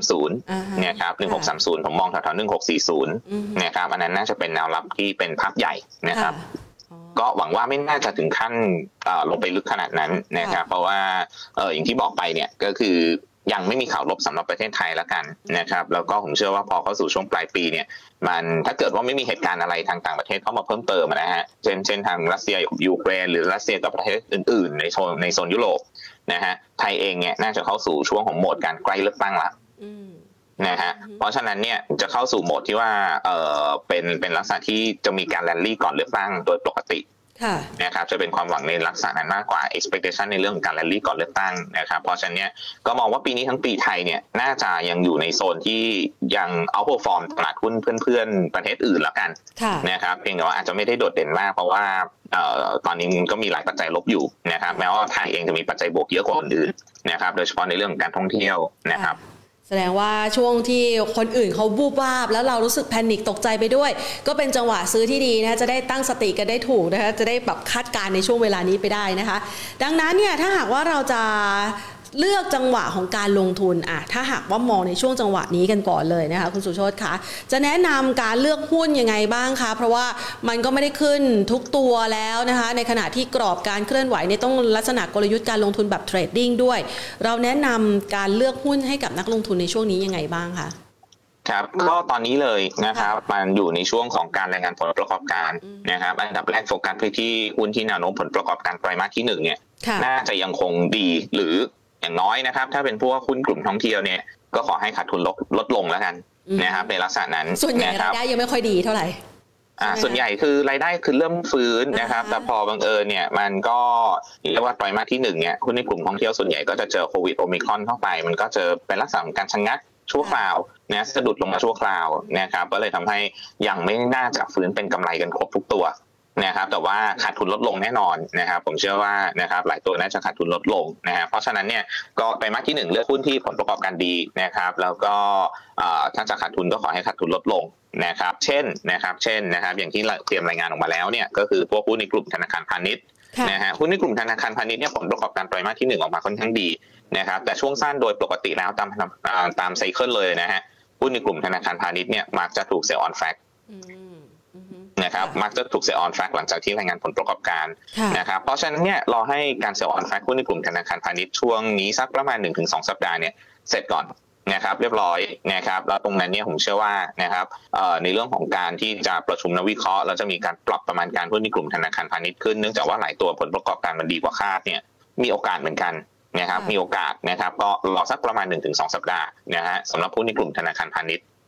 1630 นะครับ1630 ผมมองแถวๆ 1640 นะครับอันนั้นน่าจะเป็นแนวรับที่เป็นภาพใหญ่นะครับก็หวังว่าไม่น่าจะถึงขั้นลงไปลึกขนาดนั้นนะครับเพราะว่าอย่างที่บอกไปเนี่ยก็คือยังไม่มีข่าวลบสำหรับประเทศไทยแล้วกันนะครับแล้วก็ผมเชื่อว่าพอเข้าสู่ช่วงปลายปีเนี่ยมันถ้าเกิดว่าไม่มีเหตุการณ์อะไรทางต่างประเทศเข้ามาเพิ่มเติมนะฮะเช่นทางรัสเซียกับยูเครนหรือรัสเซียกับประเทศอื่นๆในโซนยุโรปนะฮะไทยเองเนี่ยน่าจะเข้าสู่ช่วงของโหมดการใกล้เลือกตั้งละนะฮะเพราะฉะนั้นเนี่ยจะเข้าสู่โหมดที่ว่าเป็นลักษณะที่จะมีการแรลลี่ก่อนเลือกตั้งโดยปกตินะครับจะเป็นความหวังในลักษณะนั้นมากกว่า expectation ในเรื่องของการแรลลี่ก่อนเลือกตั้งนะครับเพราะฉะนั้นเนี่ยก็มองว่าปีนี้ทั้งปีไทยเนี่ยน่าจะยังอยู่ในโซนที่ยัง outperform ตลาดหุ้นเพื่อนๆประเทศอื่นแล้วกันนะครับเพียงแต่ว่าอาจจะไม่ได้โดดเด่นมากเพราะว่าตอนนี้มันก็มีหลายปัจจัยลบอยู่นะครับแม้ว่าไทยเองจะมีปัจจัยบวกเยอะกว่าคนอื่นนะครับโดยเฉพาะในเรื่องของการท่องเที่ยวนะครับแสดงว่าช่วงที่คนอื่นเขาบูบวาบแล้วเรารู้สึกแพนิคตกใจไปด้วยก็เป็นจังหวะซื้อที่ดีนะจะได้ตั้งสติกันได้ถูกนะคะจะได้แบบคาดการณ์ในช่วงเวลานี้ไปได้นะคะดังนั้นเนี่ยถ้าหากว่าเราจะเลือกจังหวะของการลงทุนถ้าหากว่ามองในช่วงจังหวะนี้กันก่อนเลยนะคะคุณสุโชติคะจะแนะนำการเลือกหุ้นยังไงบ้างคะเพราะว่ามันก็ไม่ได้ขึ้นทุกตัวแล้วนะคะในขณะที่กรอบการเคลื่อนไหวเนี่ยต้องลักษณะกลยุทธ์การลงทุนแบบเทรดดิ้งด้วยเราแนะนำการเลือกหุ้นให้กับนักลงทุนในช่วงนี้ยังไงบ้างคะครับก็ตอนนี้เลยนะครับมันอยู่ในช่วงของการรายงานผลประกอบการนะครับอันดับแรกโฟกัสไปที่หุ้นที่แนวโน้มผลประกอบการไตรมาสที่1เนี่ยน่าจะยังคงดีหรืออย่างน้อยนะครับถ้าเป็นพวกหุ้นกลุ่มท่องเที่ยวเนี่ยก็ขอให้ขาดทุนลดลงแล้วกันนะครับในลักษณะนั้นส่วนใหญ่รายได้ยังไม่ค่อยดีเท่าไหร่ส่วนใหญ่คือรายได้คือเริ่มฟื้นนะครับแต่พอบังเอิญเนี่ยมันก็เรียกว่าไตรมาสที่1เนี่ยหุ้นในกลุ่มท่องเที่ยวส่วนใหญ่ก็จะเจอโควิดโอมิครอนเข้าไปมันก็จะเป็นลักษณะของการชะงักชั่วคราวนะสะดุดลงมาชั่วคราวนะครับก็เลยทำให้ยังไม่น่าจะฟื้นเป็นกำไรกันครบทุกตัวนะครับแต่ว่าขาดทุนลดลงแน่นอนนะครับผมเชื่อว่านะครับหลายตัวน่าจะขาดทุนลดลงนะครับเพราะฉะนั้นเนี่ยก็ไตรมาสที่1เลือกหุ้นที่ผลประกอบการดีนะครับแล้วก็ถ้าจะขาดทุนก็ขอให้ขาดทุนลดลงนะครับเช่นอย่างที่เตรียมรายงานออกมาแล้วเนี่ยก็คือพวกหุ้นในกลุ่มธนาคารพาณิชย์นะฮะหุ้นในกลุ่มธนาคารพาณิชย์เนี่ยผลประกอบการไตรมาสที่1ออกมาค่อนข้างดีนะครับแต่ช่วงสั้นโดยปกติแล้วตามไซเคิลเลยนะฮะหุ้นในกลุ่มธนาคารพาณิชย์เนี่ยมักจะถูกเซลล์ออนแฟกนะครับมักจะถูกเซลล์ออนแฟกหลังจากที่รายงานผลประกอบการนะครับเพราะฉะนั้นเนี่ยรอให้การเซลล์ออนแฟกหุ้นในกลุ่มธนาคารพาณิชย์ช่วงนี้สักประมาณ 1-2 สัปดาห์เนี่ยเสร็จก่อนนะครับเรียบร้อยนะครับแล้วตรงนั้นเนี่ยผมเชื่อว่านะครับในเรื่องของการที่จะประชุมนักวิเคราะห์แล้วจะมีการปรับประมาณการหุ้นในกลุ่มธนาคารพาณิชย์ขึ้นเนื่องจากว่าหลายตัวผลประกอบการมันดีกว่าคาดเนี่ยมีโอกาสเหมือนกันนะครับมีโอกาสนะครับก็รอสักประมาณ 1-2 สัปดาห์นะฮะสำหรับหุ้นในกลุ่มธนาคารพาณิชย์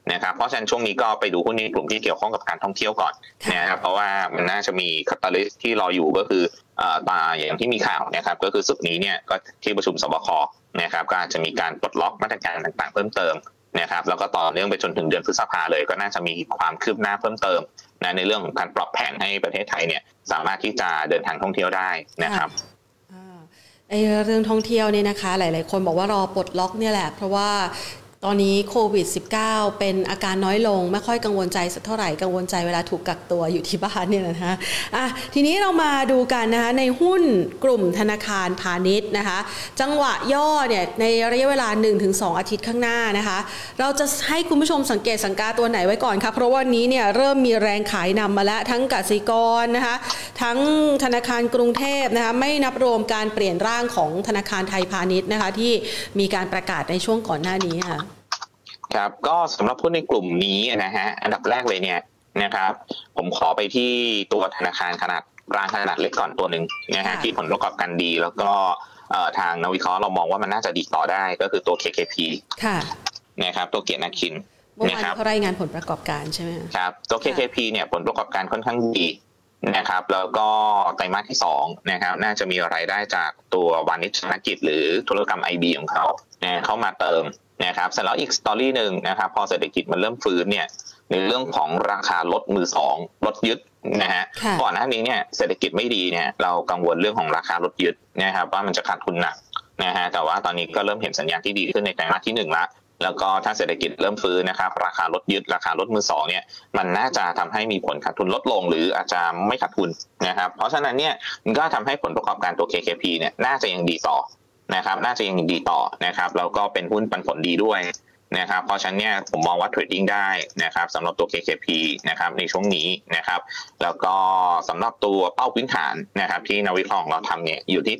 นะครับเพราะฉะนั้นช่วงนี้ก็ไปดูหุ้นในกลุ่มที่เกี่ยวข้องกับการท่องเที่ยวก่อนนะครับเพราะว่ามันน่าจะมีคาตาลิสต์ที่รออยู่ก็คืออย่างที่มีข่าวนะครับก็คือศุกร์นี้เนี่ยก็ที่ประชุมสบคนะครับก็อาจจะมีการปลดล็อกมาตรการต่างๆเพิ่มเติมนะครับแล้วก็ต่อเนื่องไปจนถึงเดือนพฤษภาเลยก็น่าจะมีความคืบหน้าเพิ่มเติมนะในเรื่องของการปรับแผนให้ประเทศไทยเนี่ยสามารถที่จะเดินทางท่องเที่ยวได้นะครับเรื่องท่องเที่ยวเนี่ยนะคะหลายๆคนบอกว่ารอปลดล็อกเนี่ยแหละเพราะว่าตอนนี้โควิด -19 เป็นอาการน้อยลงไม่ค่อยกังวลใจสักเท่าไหร่กังวลใจเวลาถูกกักตัวอยู่ที่บ้านเนี่ยนะคะทีนี้เรามาดูกันนะคะในหุ้นกลุ่มธนาคารพาณิชย์นะคะจังหวะย่อเนี่ยในระยะเวลา 1-2 อาทิตย์ข้างหน้านะคะเราจะให้คุณผู้ชมสังเกตสังกาตัวไหนไว้ก่อนคะเพราะว่านี้เนี่ยเริ่มมีแรงขายนำมาแล้วทั้งกสิกรนะคะทั้งธนาคารกรุงเทพนะคะไม่นับรวมการเปลี่ยนร่างของธนาคารไทยพาณิชย์นะคะที่มีการประกาศในช่วงก่อนหน้านี้ค่ะครับก็สำหรับหุ้นในกลุ่มนี้นะฮะอันดับแรกเลยเนี่ยนะครับผมขอไปที่ตัวธนาคารขนาดกลางขนาดเล็กก่อนตัวหนึ่งนะฮะที่ผลประกอบการดีแล้วก็ทางนักวิเคราะห์เรามองว่ามันน่าจะดีต่อได้ก็คือตัว KKP ค่ะนะครับตัวเกียรตินาคินนะครับเขารายงานผลประกอบการใช่ไหมครับตัว KKP เนี่ยผลประกอบการค่อนข้างดีนะครับแล้วก็ไตรมาสที่2นะครับน่าจะมีรายได้จากตัววานิชธนกิจหรือธุรกรรม IB ของเขาเข้ามาเติมนะครับเสร็จแล้วอีกสตอรี่นึงนะครับพอเศรษฐกิจมันเริ่มฟื้นเนี่ยในเรื่องของราคารถมือ2รถยึดนะฮะก่อนหน้านี้เนี่ยเศรษฐกิจไม่ดีเนี่ยเรากังวลเรื่องของราคารถยึดนะครับว่ามันจะขาดทุนหนักนะฮะแต่ว่าตอนนี้ก็เริ่มเห็นสัญญาณที่ดีขึ้นในไตรมาสที่1ละแล้วก็ถ้าเศรษฐกิจเริ่มฟื้นนะครับราคารถยึดราคารถมือ2เนี่ยมันน่าจะทำให้มีผลขาดทุนลดลงหรืออาจจะไม่ขาดทุนนะครับเพราะฉะนั้นเนี่ยมันก็ทำให้ผลประกอบการตัว KKP เนี่ยน่าจะยังดีต่อนะครับน่าจะยังดีต่อนะครับแล้วก็เป็นหุ้นปันผลดีด้วยนะครับเพราะฉะนั้นเนี่ยผมมองว่าเทรดดิ้งได้นะครับสำหรับตัว KKP นะครับในช่วงนี้นะครับแล้วก็สำหรับตัวเป้าพื้นฐานนะครับที่นักวิเคราะห์เราทำเนี่ยอยู่ที่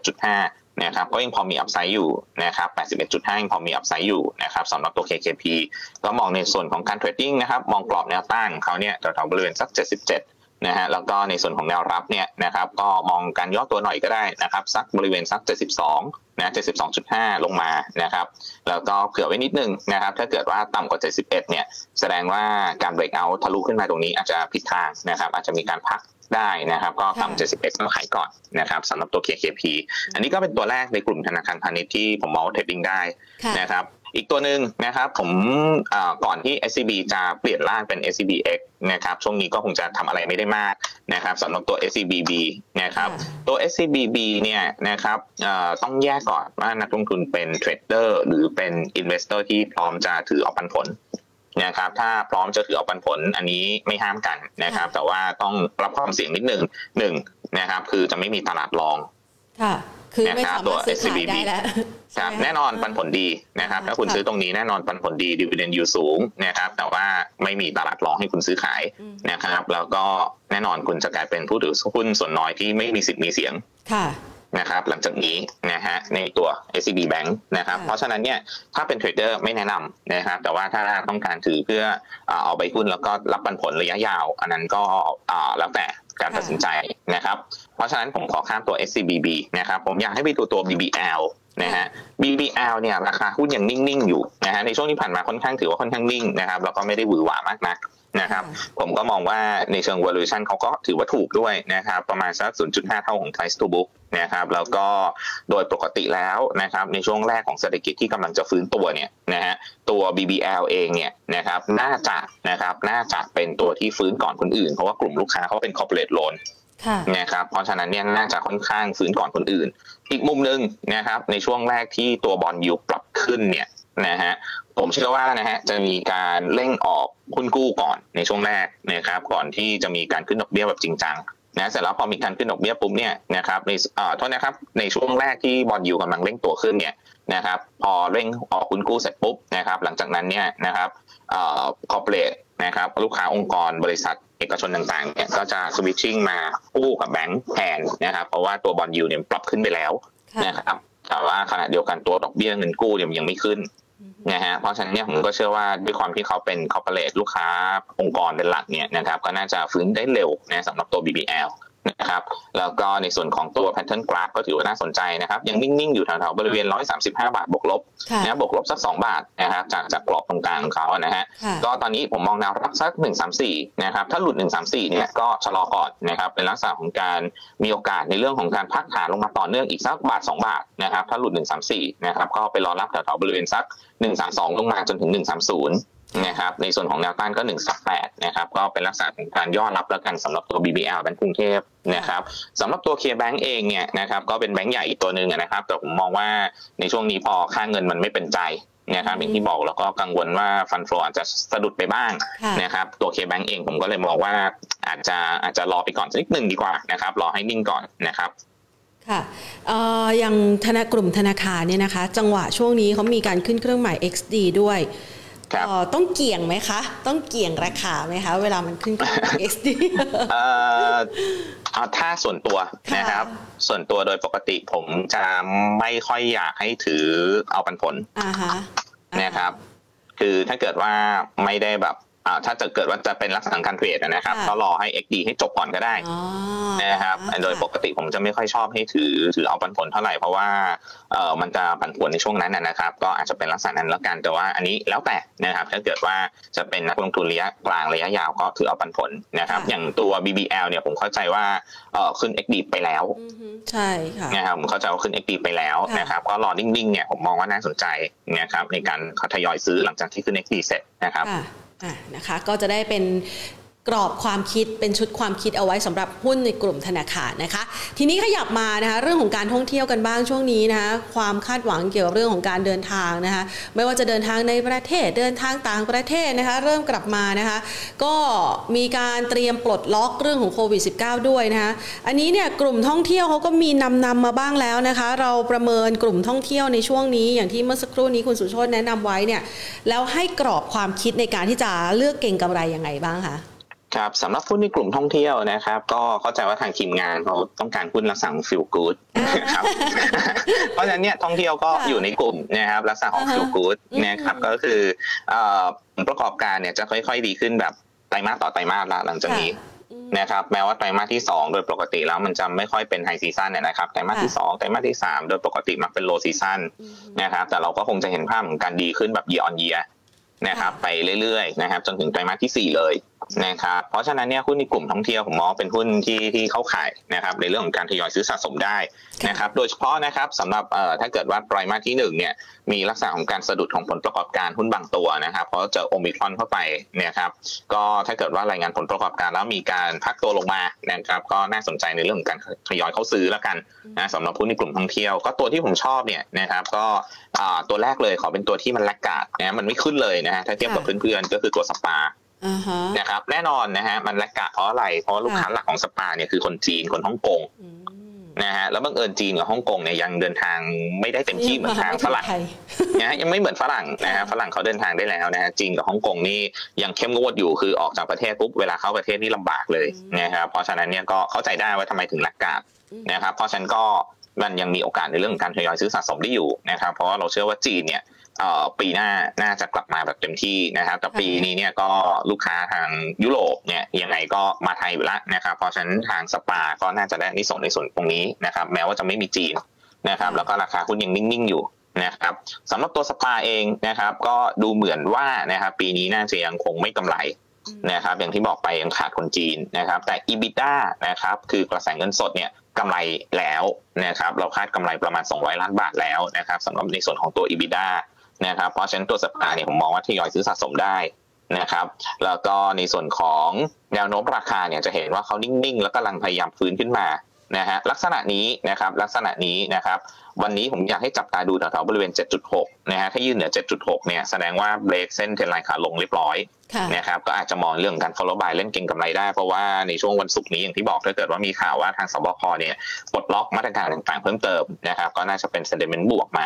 81.5 นะครับก็ยังพอมีอัพไซด์อยู่นะครับ 81.5 ยังพอมีอัพไซด์อยู่นะครับสำหรับตัว KKP ก็มองในส่วนของการเทรดดิ้งนะครับมองกรอบแนวต้านของเขาเนี่ยแถวๆบริเวณสัก77นะฮะแล้วก็ในส่วนของแนวรับเนี่ยนะครับก็มองการย่อตัวหน่อยก็ได้นะครับสักบริเวณสัก72นะ 72.5 ลงมานะครับแล้วก็เผื่อไว้นิดนึงนะครับถ้าเกิดว่าต่ำกว่า71เนี่ยแสดงว่าการเบรกเอาท์ทะลุขึ้นมาตรงนี้อาจจะผิดทางนะครับอาจจะมีการพักได้นะครับก็ต่ำ71ก็ขายก่อนนะครับสำหรับตัว KKP อันนี้ก็เป็นตัวแรกในกลุ่มธนาคารพาณิชย์ที่ผมมองว่าเทรดดิ้งได้นะครับอีกตัวหนึ่งนะครับผมก่อนที่ SCB จะเปลี่ยนร่างเป็น SCBX นะครับช่วงนี้ก็คงจะทำอะไรไม่ได้มากนะครับสำหรับตัว SCBB นะครับตัว SCBB เนี่ยนะครับต้องแยกก่อนว่านักลงทุนเป็นเทรดเดอร์หรือเป็นอินเวสเตอร์ที่พร้อมจะถือเอาปันผลนะครับถ้าพร้อมจะถือเอาปันผลอันนี้ไม่ห้ามกันนะครับแต่ว่าต้องรับความเสี่ยงนิดนึงนะครับคือจะไม่มีตลาดรองค่ะคือไม่สามารถซื้อขายได้แล้วครับแน่นอนปันผลดีนะครับถ้าคุณซื้อตรงนี้แน่นอนปันผลดีดิวิเดนด์ยิลด์สูงนะครับแต่ว่าไม่มีตลาดรองให้คุณซื้อขายนะครับแล้วก็แน่นอนคุณจะกลายเป็นผู้ถือหุ้นส่วนน้อยที่ไม่มีสิทธิ์มีเสียงนะครับหลังจากนี้นะฮะในตัว SCB Bank นะครับเพราะฉะนั้นเนี่ยถ้าเป็นเทรดเดอร์ไม่แนะนำนะครับแต่ว่าถ้าต้องการถือเพื่อเอาไปหุ้นแล้วก็รับปันผลระยะยาวอันนั้นก็แล้วแต่การตัดสินใจนะครับเพราะฉะนั้นผมขอข้ามตัว SCBB นะครับผมอยากให้ไปดูตัว BBL นะฮะ BBL เนี่ยราคาหุ้นยังนิ่งๆอยู่นะฮะในช่วงที่ผ่านมาค่อนข้างถือว่าค่อนข้างนิ่งนะครับแล้วก็ไม่ได้หวือหวามากนักนะครับผมก็มองว่าในเชิง valuation เขาก็ถือว่าถูกด้วยนะครับประมาณสัก 0.5 เท่าของ price to book นะครับแล้วก็โดยปกติแล้วนะครับในช่วงแรกของเศรษฐกิจที่กำลังจะฟื้นตัวเนี่ยนะฮะตัว BBL เองเนี่ยนะครับน่าจะเป็นตัวที่ฟื้นก่อนคนอื่นเพราะว่ากลุ่มลูกค้าเขาเป็น corporate loanนะครับเพราะฉะนั้นเนี่ยน่าจะค่อนข้างฟื้นก่อนคนอื่นอีกมุมนึงนะครับในช่วงแรกที่ตัวบอนด์ยิลด์ปรับขึ้นเนี่ยนะฮะผมเชื่อว่านะฮะจะมีการเร่งออกหุ้นกู้ก่อนในช่วงแรกนะครับก่อนที่จะมีการขึ้นดอกเบี้ยแบบจริงจังนะเสร็จแล้วพอมีการขึ้นดอกเบี้ยปุ๊บเนี่ยนะครับในโทษนะครับในช่วงแรกที่บอนด์ยิลด์กำลังเร่งตัวขึ้นเนี่ยนะครับพอเร่งออกหุ้นกู้เสร็จปุ๊บนะครับหลังจากนั้นเนี่ยนะครับคอร์ปอเรทนะครับลูกค้าองค์กรบริษัทเอกชนต่างๆเนี่ยก็จะสวิตชิ่งมากู้กับแบงก์แทนนะครับเพราะว่าตัวบอนด์ยิลด์เนี่ยปรับขึ้นไปแล้วนะครับแต่ว่าขณะเดียวกันตัวดอกเบี้ยเงินกู้เนี่ยยังไม่ขึ้นนะฮะเพราะฉะนั้นเนี่ยผมก็เชื่อว่าด้วยความที่เขาเป็นคอร์ปอเรทลูกค้าองค์กรเป็นหลักเนี่ยนะครับก็น่าจะฟื้นได้เร็วนะสำหรับตัว BBL นะครับแล้วก็ในส่วนของตัว pattern graph ก็ถือว่าน่าสนใจนะครับยังนิ่งๆอยู่แถวๆบริเวณ135 บาทบวกลบนะบวกลบสัก2 บาทนะครับจากกรอบตรงกลางของเขานะฮะก็ตอนนี้ผมมองแนวรับสัก134นะครับถ้าหลุด134เนี่ยก็ชะลอก่อนนะครับเป็นลักษณะของการมีโอกาสในเรื่องของการพักฐานลงมาต่อเนื่องอีกสักบาท2 บาทนะครับถ้าหลุด134นะครับก็ไปรอรับแถวๆบริเวณสัก132ลงมาจนถึง130นะครับในส่วนของแนวต้านก็138นะครับก็เป็นลักษณะของการย่อรับแล้วกันสำหรับตัว BBL แบงก์กรุงเทพนะครับสำหรับตัว KBank เองเนี่ยนะครับก็เป็นแบงก์ใหญ่อีกตัวนึงนะครับแต่ผมมองว่าในช่วงนี้พอค่าเงินมันไม่เป็นใจนะครับอย่างที่บอกแล้วก็กังวลว่าฟันโฟอาจจะสะดุดไปบ้างนะครับตัว KBank เองผมก็เลยมองว่าอาจจะรอไปก่อนสักนิดนึงดีกว่านะครับรอให้นิ่งก่อนนะครับค่ะอย่างกลุ่มธนาคารเนี่ยนะคะจังหวะช่วงนี้เขามีการขึ้นเครื่องหมาย XD ด้วยต้องเกี่ยงไหมคะต้องเกี่ยงราคาไหมคะเวลามันขึ้นเครื่องหมาย XD ถ้าส่วนตัวนะครับส่วนตัวโดยปกติผมจะไม่ค่อยอยากให้ถือเอาปันผลนะครับคือถ้าเกิดว่าไม่ได้แบบถ้าจะเกิดว่าจะเป็นลักษณะการเทรดนะครับก็รอให้ XD ให้จบก่อนก็ได้นะครับโดยปกติผมจะไม่ค่อยชอบให้ถือเอาปันผลเท่าไหร่เพราะว่ามันจะปันผลในช่วงนั้นนะครับก็อาจจะเป็นลักษณะนั้นแล้วกันแต่ว่าอันนี้แล้วแต่นะครับถ้าเกิดว่าจะเป็นนักลงทุนระยะกลางระยะยาวก็ถือเอาปันผลนะครับอย่างตัว BBL เนี่ยผมเข้าใจว่าขึ้น XD ไปแล้วใช่ค่ะนะครับผมเข้าใจว่าขึ้น XD ไปแล้วนะครับก็รอนิ่งๆเนี่ยผมมองว่าน่าสนใจนะครับในการทยอยซื้อหลังจากที่ขึ้น XD เสร็จนะครับนะคะก็จะได้เป็นกรอบความคิดเป็นชุดความคิดเอาไว้สำหรับหุ้นในกลุ่มธนาคารนะคะทีนี้ขยับมานะคะเรื่องของการท่องเที่ยวกันบ้างช่วงนี้นะคะความคาดหวังเกี่ยวกับเรื่องของการเดินทางนะคะไม่ว่าจะเดินทางในประเทศเดินทางต่างประเทศนะคะเริ่มกลับมานะคะก็มีการเตรียมปลดล็อกเรื่องของโควิด -19 ด้วยนะคะอันนี้เนี่ยกลุ่มท่องเที่ยวเขาก็มีนำมาบ้างแล้วนะคะเราประเมินกลุ่มท่องเที่ยวในช่วงนี้อย่างที่เมื่อสักครู่นี้คุณสุโชติแนะนำไว้เนี่ยแล้วให้กรอบความคิดในการที่จะเลือกเก็งกำไรยังไงบ้างคะครับสำหรับหุ้นในกลุ่มท่องเที่ยวนะครับก็เข้าใจว่าทางทีมงานเขาต้องการหุ้นลักษณะของ feel good นะครับเพราะฉะนั้นเนี่ยท่องเที่ยวก็อยู่ในกลุ่มนะครับลักษณะของ feel good นะครับก็คือผลประกอบการเนี่ยจะค่อยๆดีขึ้นแบบไตรมาสต่อไตรมาสหลังจากนี้นะครับแม้ว่าไตรมาสที่2โดยปกติแล้วมันจะไม่ค่อยเป็นไฮซีซั่นเนี่ยนะครับไตรมาสที่2ไตรมาสที่3โดยปกติมักเป็นโลซีซั่นนะครับแต่เราก็คงจะเห็นภาพของการดีขึ้นแบบ year on year นะครับไปเรื่อยๆนะครับจนถึงไตรมาสที่4เลยนะครับเพราะฉะนั้นเนี่ยหุ้นในกลุ่มท่องเที่ยวผมมองเป็นหุ้นที่เข้าขายนะครับในเรื่องของการทยอยซื้อสะสมได้นะครับโดยเฉพาะนะครับสำหรับถ้าเกิดว่าไตรมาสที่1เนี่ยมีลักษณะของการสะดุดของผลประกอบการหุ้นบางตัวนะครับเพราะเจอโอมิครอนเข้าไปเนี่ยครับก็ถ้าเกิดว่ารายงานผลประกอบการแล้วมีการพักตัวลงมานะครับก็น่าสนใจในเรื่องของการทยอยเข้าซื้อแล้วกันนะสำหรับหุ้นในกลุ่มท่องเที่ยวก็ตัวที่ผมชอบเนี่ยนะครับก็ตัวแรกเลยขอเป็นตัวที่มันแลกขาดนะมันไม่ขึ้นเลยนะฮะถ้าเทียบกับเพื่อนๆก็คือตัวสปานะครับแน่นอนนะฮะมันแลกขาดเพราะอะไรเพราะลูกค้าหลักของสปาเนี่ยคือคนจีนคนฮ่องกงนะฮะแล้วบังเอิญจีนกับฮ่องกงเนี่ยยังเดินทางไม่ได้เต็มที่เหมือนทางฝรั่งนะฮะยังไม่เหมือนฝรั่งนะฮะฝรั่งเขาเดินทางได้แล้วนะฮะจีนกับฮ่องกงนี่ยังเข้มงวดอยู่คือออกจากประเทศปุ๊บเวลาเข้าประเทศนี่ลำบากเลยนะครับเพราะฉะนั้นเนี่ยก็เข้าใจได้ว่าทำไมถึงแลกขาดนะครับเพราะฉะนั้นก็มันยังมีโอกาสในเรื่องของการทยอยซื้อสะสมได้อยู่นะครับเพราะว่าเราเชื่อว่าจีนเนี่ยปีหน้าน่าจะกลับมาแบบเต็มที่นะครับแต่ปีนี้เนี่ยก็ลูกค้าทางยุโรปเนี่ยยังไงก็มาไทยอยู่แล้วนะครับเพราะฉะนั้นทางสปาก็น่าจะได้นิสงในส่วนตรงนี้นะครับแม้ว่าจะไม่มีจีนนะครับแล้วก็ราคาหุ้นยังนิ่งๆอยู่นะครับสำหรับตัวสปาเองนะครับก็ดูเหมือนว่านะครับปีนี้น่าจะยังคงไม่กำไรนะครับอย่างที่บอกไปยังขาดคนจีนนะครับแต่ EBITDA นะครับคือกระแสเงินสดเนี่ยกำไรแล้วนะครับเราคาดกำไรประมาณ200 ล้านบาทแล้วนะครับสำหรับในส่วนของตัว EBITDAนะครับเพราะฉะนั้นตัวสปาเนี่ยผมมองว่าทยอยซื้อสะสมได้นะครับแล้วก็ในส่วนของแนวโน้มราคาเนี่ยจะเห็นว่าเขานิ่งๆแล้วกำลังพยายามฟื้นขึ้นมานะฮะลักษณะนี้นะครับวันนี้ผมอยากให้จับตาดูแถวๆบริเวณ 7.6 นะฮะถ้ายืนเหนือ 7.6 เนี่ยแสดงว่าเบรกเส้นเทรนไลน์ขาลงเรียบร้อยนะครับก็อาจจะมองเรื่องการ follow buy เล่นเก็งกำไรได้เพราะว่าในช่วงวันศุกร์นี้อย่างที่บอกถ้าเกิดว่ามีข่าวว่าทางสบคเนี่ยปลดล็อกมาตรการต่างๆเพิ่มเติมนะครับก็น่าจะเป็น sentiment บวกมา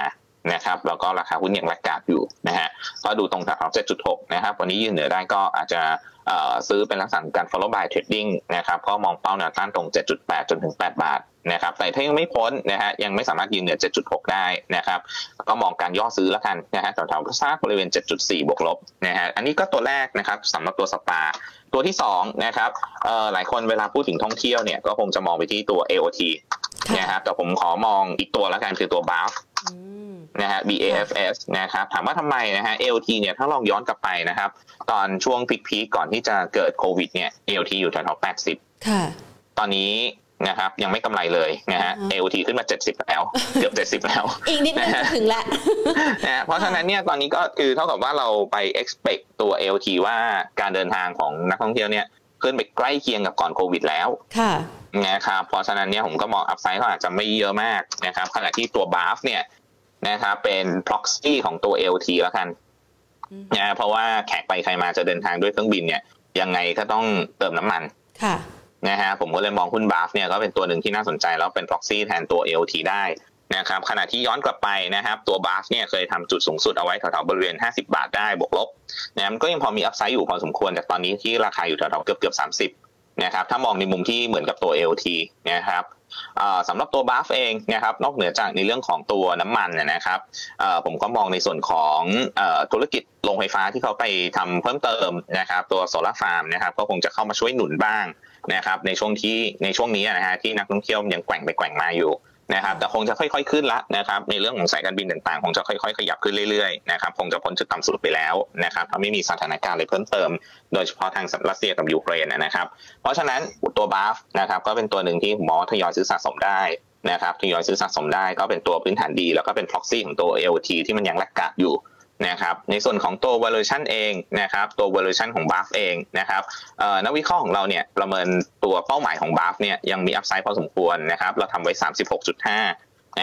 นะครับแล้วก็ราคาหุ้นยังแลกขาดอยู่นะฮะก็ดูตรงแถว 7.6 นะครับวันนี้ยืนเหนือได้ก็อาจจะซื้อเป็นลักษณะการ follow by trading นะครับก็มองเป้าแนวต้านตรง 7.8 จนถึง 8 บาทนะครับแต่ถ้ายังไม่พ้นนะฮะยังไม่สามารถยืนเหนือ 7.6 ได้นะครับก็มองการย่อซื้อแล้วกันนะฮะแถวๆสักบริเวณ 7.4 บวกลบนะฮะอันนี้ก็ตัวแรกนะครับสำหรับตัวสปาตัวที่2นะครับหลายคนเวลาพูดถึงท่องเที่ยวเนี่ยก็คงจะมองไปที่ตัว AOT นะครับแต่ผมขอมองอีกตัวแล้วกันคือตัว BAF นะฮะ BAFS นะครับถามว่าทำไมนะฮะ AOT เนี่ยถ้าลองย้อนกลับไปนะครับตอนช่วงพีคก่อนที่จะเกิดโควิดเนี่ย AOT อยู่แถวๆ80ค่ะตอนนี้นะครับยังไม่กำไรเลยนะฮะ AOT ขึ้นมา70แล้วเกือบ70แล้วอีกนิดนึงจะถึงแล้วนะเพราะฉะนั้นเนี่ยตอนนี้ก็คือเท่ากับว่าเราไป expect ตัว AOT ว่าการเดินทางของนักท่องเที่ยวเนี่ยขึ้นไปใกล้เคียงกับก่อนโควิดแล้วค่ะนะครับเพราะฉะนั้นเนี่ยผมก็มอง upside เขาอาจจะไม่เยอะมากนะครับขณะที่ตัว BAF เนี่ยนะครับเป็น proxy ของตัว AOT แล้วกันนะเพราะว่าแขกไปใครมาจะเดินทางด้วยเครื่องบินเนี่ยยังไงก็ต้องเติมน้ำมันค่ะนะฮะผมก็เลยมองหุ้น BAF เนี่ยก็เป็นตัวหนึ่งที่น่าสนใจแล้วเป็น proxy แทนตัว AOT ได้นะครับขณะที่ย้อนกลับไปนะครับตัว BAF เนี่ยเคยทำจุดสูงสุดเอาไว้แถวๆบริเวณ50 บาทได้บวกลบนะมันก็ยังพอมี upside อยู่พอสมควรแต่ตอนนี้ที่ราคาอยู่แถวๆเกือบ30นะครับถ้ามองในมุมที่เหมือนกับตัว AOT นะครับสำหรับตัว BAF เองนะครับนอกเหนือจากในเรื่องของตัวน้ำมันนะครับผมก็มองในส่วนของธุรกิจโรงไฟฟ้าที่เขาไปทำเพิ่มเติมนะครับตัวโซลาร์ฟาร์มนะครับก็คงจะเข้ามาช่วยหนุนบ้างนะครับในช่วงนี้นะฮะที่นักท่องเที่ยวยังแกว่งไปแกว่งมาอยู่นะครับแต่คงจะค่อยๆขึ้นละนะครับในเรื่องของสายการบินต่างๆคงจะค่อยๆขยับขึ้นเรื่อยๆนะครับคงจะพ้นจุดต่ำสุดไปแล้วนะครับถ้าไม่มีสถานการณ์อะไรเพิ่มเติมโดยเฉพาะทางรัสเซียกับยูเครนนะครับเพราะฉะนั้นตัว BAF นะครับก็เป็นตัวหนึ่งที่ผมมองทยอยซื้อสะสมได้นะครับทยอยซื้อสะสมได้ก็เป็นตัวพื้นฐานดีแล้วก็เป็น proxy ของตัว AOT ที่มันยังแลกขาดอยู่นะครับในส่วนของตัว valuation เองนะครับตัว valuation ของ BAF เองนะครับนักวิเคราะห์ของเราเนี่ยประเมินตัวเป้าหมายของ BAF เนี่ยยังมี upside พอสมควรนะครับเราทำไว้ 36.5 นะ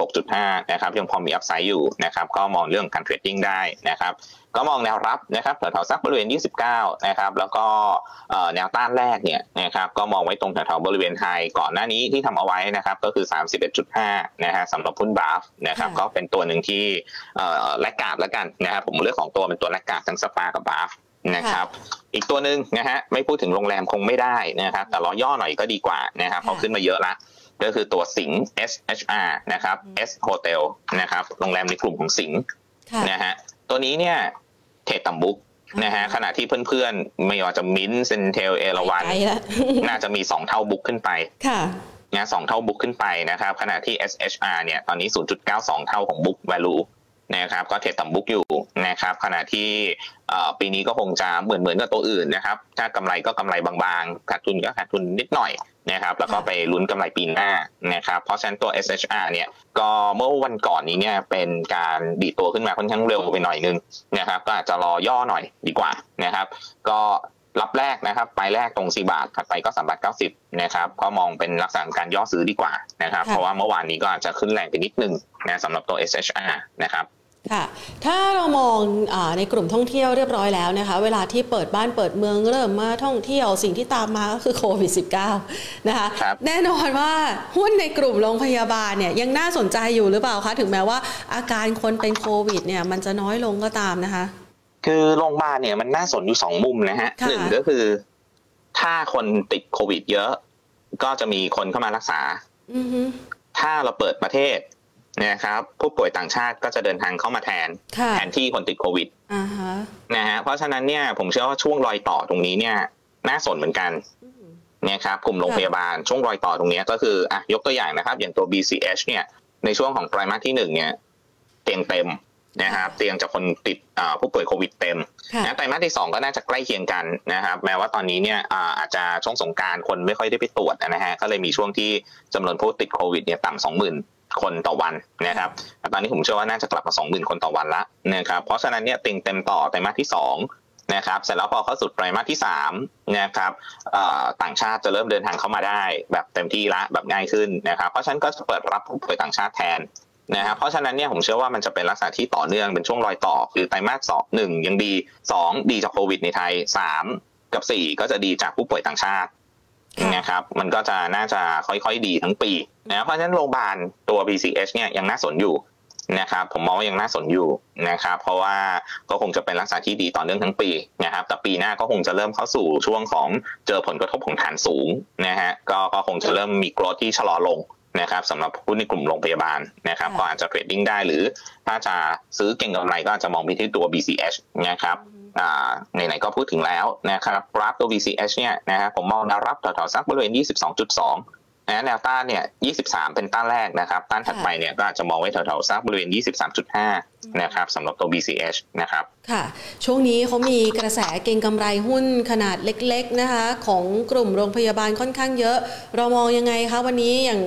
36.5 นะครับยังพอมี upside อยู่นะครับก็มองเรื่องการเทรดดิ้งได้นะครับก็มองแนวรับนะครับแถวๆสักบริเวณ29นะครับแล้วก็แนวต้านแรกเนี่ยนะครับก็มองไว้ตรงแถวๆบริเวณไฮก่อนหน้านี้ที่ทำเอาไว้นะครับก็คือ 31.5 นะฮะสำหรับหุ้น BAF นะครับก็เป็นตัวหนึ่งที่แลกขาดแล้วกันนะครับผมเลือกของตัวเป็นตัวแลกขาดทั้งสปากับ BAF นะครับอีกตัวนึงนะฮะไม่พูดถึงโรงแรมคงไม่ได้นะครับแต่รอย่อหน่อยก็ดีกว่านะครับเพราะขึ้นมาเยอะละก็คือตัวสิงห์ SHR นะครับ S Hotel นะครับโรงแรมในกลุ่มของสิงห์นะฮะตัวนี้เนี่ยเทรดต่ำบุ๊กนะฮะขณะที่เพื่อนๆไม่ว่าจะมิ้นท์เซนเทลเอราวัณน่าจะมี2เท่าบุ๊กขึ้นไปนะ2เท่าบุ๊กขึ้นไปนะครับขณะที่ SHR เนี่ยตอนนี้ 0.92 เท่าของบุ๊ก value นะครับก็เทรดต่ำบุ๊กอยู่นะครับขณะที่ปีนี้ก็คงจะเหมือนกับตัวอื่นนะครับถ้ากำไรก็กำไรบางๆขาดทุนก็ขาดทุนนิดหน่อยนะครับแล้วก็ไปลุ้นกำไรปีหน้านะครับเพราะฉะนั้นตัว SHR เนี่ยก็เมื่อวันก่อนนี้เนี่ยเป็นการดีดตัวขึ้นมาค่อนข้างเร็วไปหน่อยนึงนะครับก็อาจจะรอย่อหน่อยดีกว่านะครับก็รับแรกนะครับไปแรกตรง4 บาทถัดไปก็3 บาท 90นะครับก็มองเป็นลักษณะการย่อซื้อดีกว่านะครับเพราะว่าเมื่อวานนี้ก็อาจจะขึ้นแรงไปนิดนึงนะสำหรับตัว SHR นะครับค่ะถ้าเรามองในกลุ่มท่องเที่ยวเรียบร้อยแล้วนะคะเวลาที่เปิดบ้านเปิดเมืองเริ่มมาท่องเที่ยวสิ่งที่ตามมาก็คือโควิด -19 นะคะแน่นอนว่าหุ้นในกลุ่มโรงพยาบาลเนี่ยยังน่าสนใจอยู่หรือเปล่าคะถึงแม้ว่าอาการคนเป็นโควิดเนี่ยมันจะน้อยลงก็ตามนะคะคือโรงพยาบาลเนี่ยมันน่าสนอยู่2มุมนะฮะหนึ่งก็คือถ้าคนติดโควิดเยอะก็จะมีคนเข้ามารักษาถ้าเราเปิดประเทศนะครับผู้ป่วยต่างชาติก็จะเดินทางเข้ามาแทนที่คนติดโควิดนะฮะเพราะฉะนั้นเนี่ยผมเชื่อว่าช่วงรอยต่อตรงนี้เนี่ยน่าสนเหมือนกันนะครับกลุ่มโรงพยาบาลช่วงรอยต่อตรงนี้ก็คือยกตัวอย่างนะครับอย่างตัว BCH เนี่ยในช่วงของไตรมาสที่1เนี่ยเตียงเต็มนะครับเตียงจากคนติดผู้ป่วยโควิดเต็มนะไตรมาสที่2ก็น่าจะใกล้เคียงกันนะครับแม้ว่าตอนนี้เนี่ยอาจจะช่วงสงกรานต์คนไม่ค่อยได้ไปตรวจนะฮะก็เลยมีช่วงที่จำนวนผู้ติดโควิดเนี่ยต่ำ 20,000 คนต่อวันนะครับตอนนี้ผมเชื่อว่าน่าจะกลับมา 20,000 คนต่อวันละนะครับเพราะฉะนั้นเนี่ยเตียงเต็มต่อไตรมาสที่2นะครับเสร็จแล้วพอเข้าสู่ไตรมาสที่3นะครับต่างชาติจะเริ่มเดินทางเข้ามาได้แบบเต็มที่ละแบบง่ายขึ้นนะครับเพราะฉะนั้นก็จะเปิดรับผู้ป่วยต่างชาติแทนนะครับเพราะฉะนั้นเนี่ยผมเชื่อว่ามันจะเป็นลักษณะที่ต่อเนื่องเป็นช่วงรอยต่อคือไตรมาส1ยังดี2ดีจากโควิดในไทย3กับ4ก็จะดีจากผู้ป่วยต่างชาตินะครับมันก็จะน่าจะค่อยๆดีทั้งปีนะเพราะฉะนั้นโรงพยาบาลตัว BCH เนี่ยยังน่าสนอยู่นะครับผมมองว่ายังน่าสนอยู่นะครับเพราะว่าก็คงจะเป็นลักษณะที่ดีต่อเนื่องทั้งปีนะครับแต่ปีหน้าก็คงจะเริ่มเข้าสู่ช่วงของเจอผลกระทบของฐานสูงนะฮะก็คงจะเริ่มมีโกรธที่ชะลอลงนะครับสำหรับหุ้นในกลุ่มโรงพยาบาลนะครับก็อาจจะเทรดดิ้งได้หรือถ้าจะซื้อเก็งกำไรก็อาจจะมองไปที่ตัว BCH นะครับไหนๆก็พูดถึงแล้วนะครับกราฟตัว BCH เนี่ยนะครับผมมองแนวรับแถวๆสักบริเวณ 22.2แนวต้านเนี่ย23เป็นต้านแรกนะครับต้านถัดไปเนี่ยก็อาจจะมองไว้แถวๆสักบริเวณ 23.5 นะครับสำหรับตัว BCH นะครับค่ะช่วงนี้เขามีกระแสเก็งกำไรหุ้นขนาดเล็กๆนะคะของกลุ่มโรงพยาบาลค่อนข้างเยอะเรามองยังไงคะวันนี้อย่าง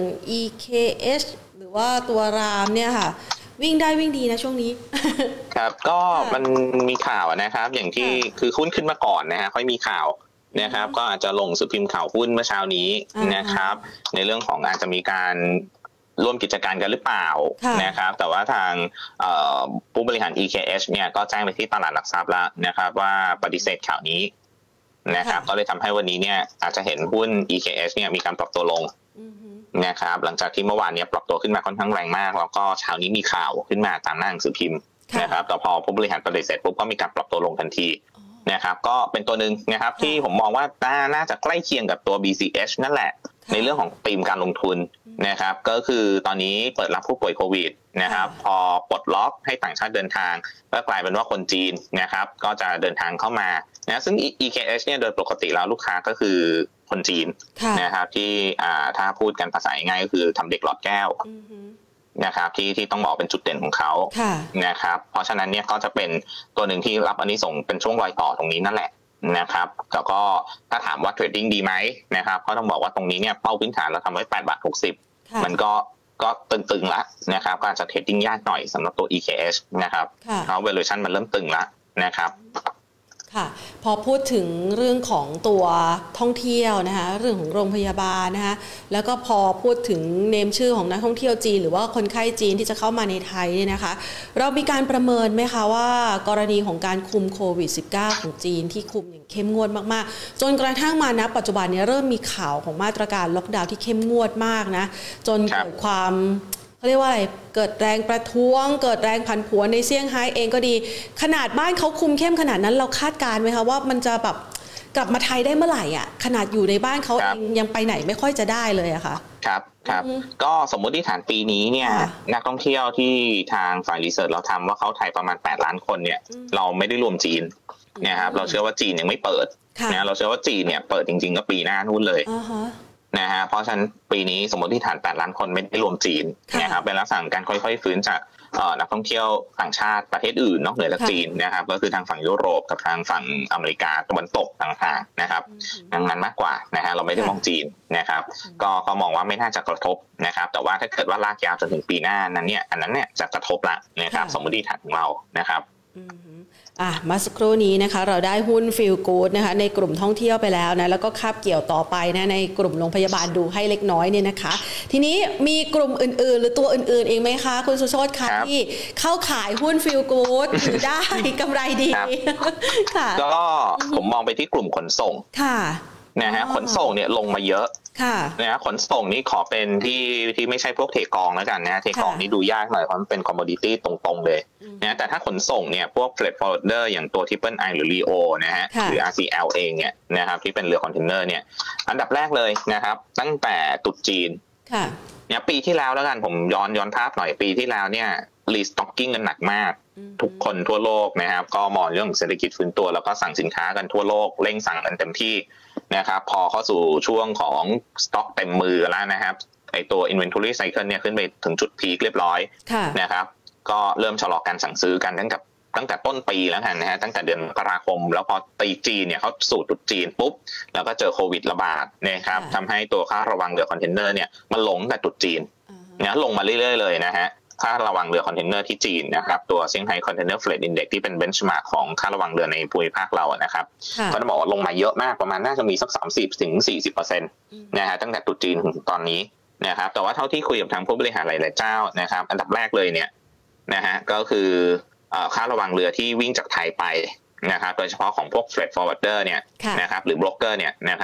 EKH หรือว่าตัวรามเนี่ยค่ะวิ่งได้วิ่งดีนะช่วงนี้ครับก็มันมีข่าวนะครับอย่างที่คือหุ้นขึ้นมาก่อนนะฮะค่อยมีข่าวนะครับก็อาจจะลงสือพิมพ์ข่าวหุ้นเมื่อเช้านี้นะครับในเรื่องของอาจจะมีการร่วมกิจการกันหรือเปล่านะครับแต่ว่าทางผู้บริหาร EKH เนี่ยก็แจ้งไปที่ตลาดหลักทรัพย์แล้วนะครับว่าปฏิเสธข่าวนี้นะครับก็เลยทำให้วันนี้เนี่ยอาจจะเห็นหุ้น EKH เนี่ยมีการปรับตัวลงนะครับหลังจากที่เมื่อวานเนี่ยปรับตัวขึ้นมาค่อนข้างแรงมากแล้วก็เช้านี้มีข่าวขึ้นมาตามหน้าหนังสือพิมพ์นะครับแต่พอผู้บริหารปฏิเสธปุ๊บก็มีการปรับตัวลงทันทีนะครับก็เป็นตัวหนึ่งนะครับที่ผมมองว่าน่าจะใกล้เคียงกับตัว BCH นั่นแหละในเรื่องของธีมการลงทุนนะครับก็คือตอนนี้เปิดรับผู้ป่วยโควิดนะครับพอปลดล็อกให้ต่างชาติเดินทางก็กลายเป็นว่าคนจีนนะครับก็จะเดินทางเข้ามานะซึ่ง EKH เนี่ยโดยปกติแล้วลูกค้าก็คือคนจีนนะครับที่ถ้าพูดกันภาษาง่ายก็คือทำเด็กหลอดแก้วนะครับที่ต้องบอกเป็นจุดเด่นของเขานะครับเพราะฉะนั้นเนี่ยก็จะเป็นตัวหนึ่งที่รับอานิสงส์เป็นช่วงรอยต่อตรงนี้นั่นแหละนะครับแล้วก็ถ้าถามว่าเทรดดิ้งดีไหมนะครับเพราะต้องบอกว่าตรงนี้เนี่ยเป้าพื้นฐานเราทำไว้8.60 มันก็ตึงๆแล้วนะครับก็อาจจะเทรดดิ้งยากหน่อยสำหรับตัว EKH นะครับเพราะ valuation มันเริ่มตึงแล้วนะครับค่ะพอพูดถึงเรื่องของตัวท่องเที่ยวนะคะเรื่องของโรงพยาบาลนะคะแล้วก็พอพูดถึงเนมชื่อของนักท่องเที่ยวจีนหรือว่าคนไข้จีนที่จะเข้ามาในไทยเนี่ยนะคะเรามีการประเมินไหมคะว่ากรณีของการคุมโควิด -19 ของจีนที่คุมอย่างเข้มงวดมากๆจนกระทั่งมาณปัจจุบันนี้เริ่มมีข่าวของมาตรการล็อกดาวน์ที่เข้มงวดมากนะจนเกิดความเขาเรียกว่าอะไรเกิดแรงประท้วงเกิดแรงผันผวนในเซี่ยงไฮ้เองก็ดีขนาดบ้านเขาคุมเข้มขนาดนั้นเราคาดการณ์ไหมคะว่ามันจะแบบกลับมาไทยได้เมื่อไหร่อ่ะขนาดอยู่ในบ้านเขาเองยังไปไหนไม่ค่อยจะได้เลยอะค่ะครับก็สมมติฐานปีนี้เนี่ยนักท่องเที่ยวที่ทางฝ่ายรีเสิร์ชเราทำว่าเขาไทยประมาณ8 ล้านคนเนี่ยเราไม่ได้รวมจีนนะครับเราเชื่อว่าจีนยังไม่เปิดนะเราเชื่อว่าจีนเนี่ยเปิดจริงๆก็ปีหน้านู่นเลยนะฮะเพราะฉะนั้นปีนี้สมมติฐาน8 ล้านคนไม่ได้รวมจีนนะครับเป็นลักษณะการค่อยๆฟื้นจากนักท่องเที่ยวต่างชาติประเทศอื่นนอกเหนือจากจีนนะครับก็คือทางฝั่งยุโรปกับทางฝั่งอเมริกาตะวันตกต่างๆนะครับดังนั้นมากกว่านะฮะเราไม่ได้มองจีนนะครับก็มองว่าไม่น่าจะกระทบนะครับแต่ว่าถ้าเกิดว่าลากยาวจนถึงปีหน้านั้นเนี่ยอันนั้นเนี่ยจะกระทบละนะครับสมมติฐานของเรานะครับมาสักครู่นี้นะคะเราได้หุ้น Feel Good นะคะในกลุ่มท่องเที่ยวไปแล้วนะแล้วก็คาบเกี่ยวต่อไปนะในกลุ่มโรงพยาบาลดูให้เล็กน้อยเนี่ยนะคะทีนี้มีกลุ่มอื่นๆหรือตัวอื่นๆเองไหมคะคุณสุโชติคะที่เข้าขายหุ้น Feel Good ถือได้กำไรดีค่ะก็ผมมองไปที่กลุ่มขนส่งค่ะนะฮะขนส่งเนี่ยลงมาเยอะนะขนส่งนี่ขอเป็นที่ไม่ใช่พวกเทกองแล้วกันนะเทกองนี่ดูยากหน่อยเพราะมันเป็นคอมโมดิตี้ตรงๆเลยนะแต่ถ้าขนส่งเนี่ยพวก freight forwarder อย่างตัว Triple I หรือ Leo นะฮะหรือ RCL เองเนี่ยนะครับที่เป็นเรือคอนเทนเนอร์เนี่ยอันดับแรกเลยนะครับตั้งแต่ตรุษจีนเนี่ยปีที่แล้วแล้วกันผมย้อนภาพหน่อยปีที่แล้วเนี่ยรีสต็อกกิ้งกันหนักมากทุกคนทั่วโลกนะครับก็มองเรื่องเศรษฐกิจฟื้นตัวแล้วก็สั่งสินค้ากันทั่วโลกเร่งสั่งกันเต็มที่นะครับพอเข้าสู่ช่วงของสต็อกเต็มมือแล้วนะครับไอตัว inventory cycle เนี่ยขึ้นไปถึงจุดพีคเรียบร้อยนะครับก็เริ่มชะลอการสั่งซื้อกันตั้งแต่ต้นปีแล้วกันนะฮะตั้งแต่เดือนมกราคมแล้วพอตีจีนเนี่ยเขาสู่ตรุษจีนปุ๊บแล้วก็เจอโควิดระบาดนะครับทำให้ตัวค่าระวังเรือคอนเทนเนอร์เนี่ยมันลงแต่ตรุษจีนนะลงมาเรื่อยๆเลยนะฮะค่าระวังเรือคอนเทนเนอร์ที่จีนนะครับตัวเซี่ยงไฮ้คอนเทนเนอร์เฟรทอินเด็กซ์ที่เป็นเบนช์มาร์กของค่าระวังเรือในภูมิภาคเรานะครับก็จะบอกว่าลงมาเยอะมากประมาณน่าจะมีสัก 30-40% นะฮะตั้งแต่ตรุษจีนถึงตอนนี้นะครับแต่ว่าเท่าที่คุยกับทางผู้บริหารหลายๆเจ้านะครับอันดับแรกเลยเนี่ยนะฮะก็คือค่าระวังเรือที่วิ่งจากไทยไปนะครับโดยเฉพาะของพวก freight forwarder เนี่ยนะครับหรือ broker เนี่ยนะครับ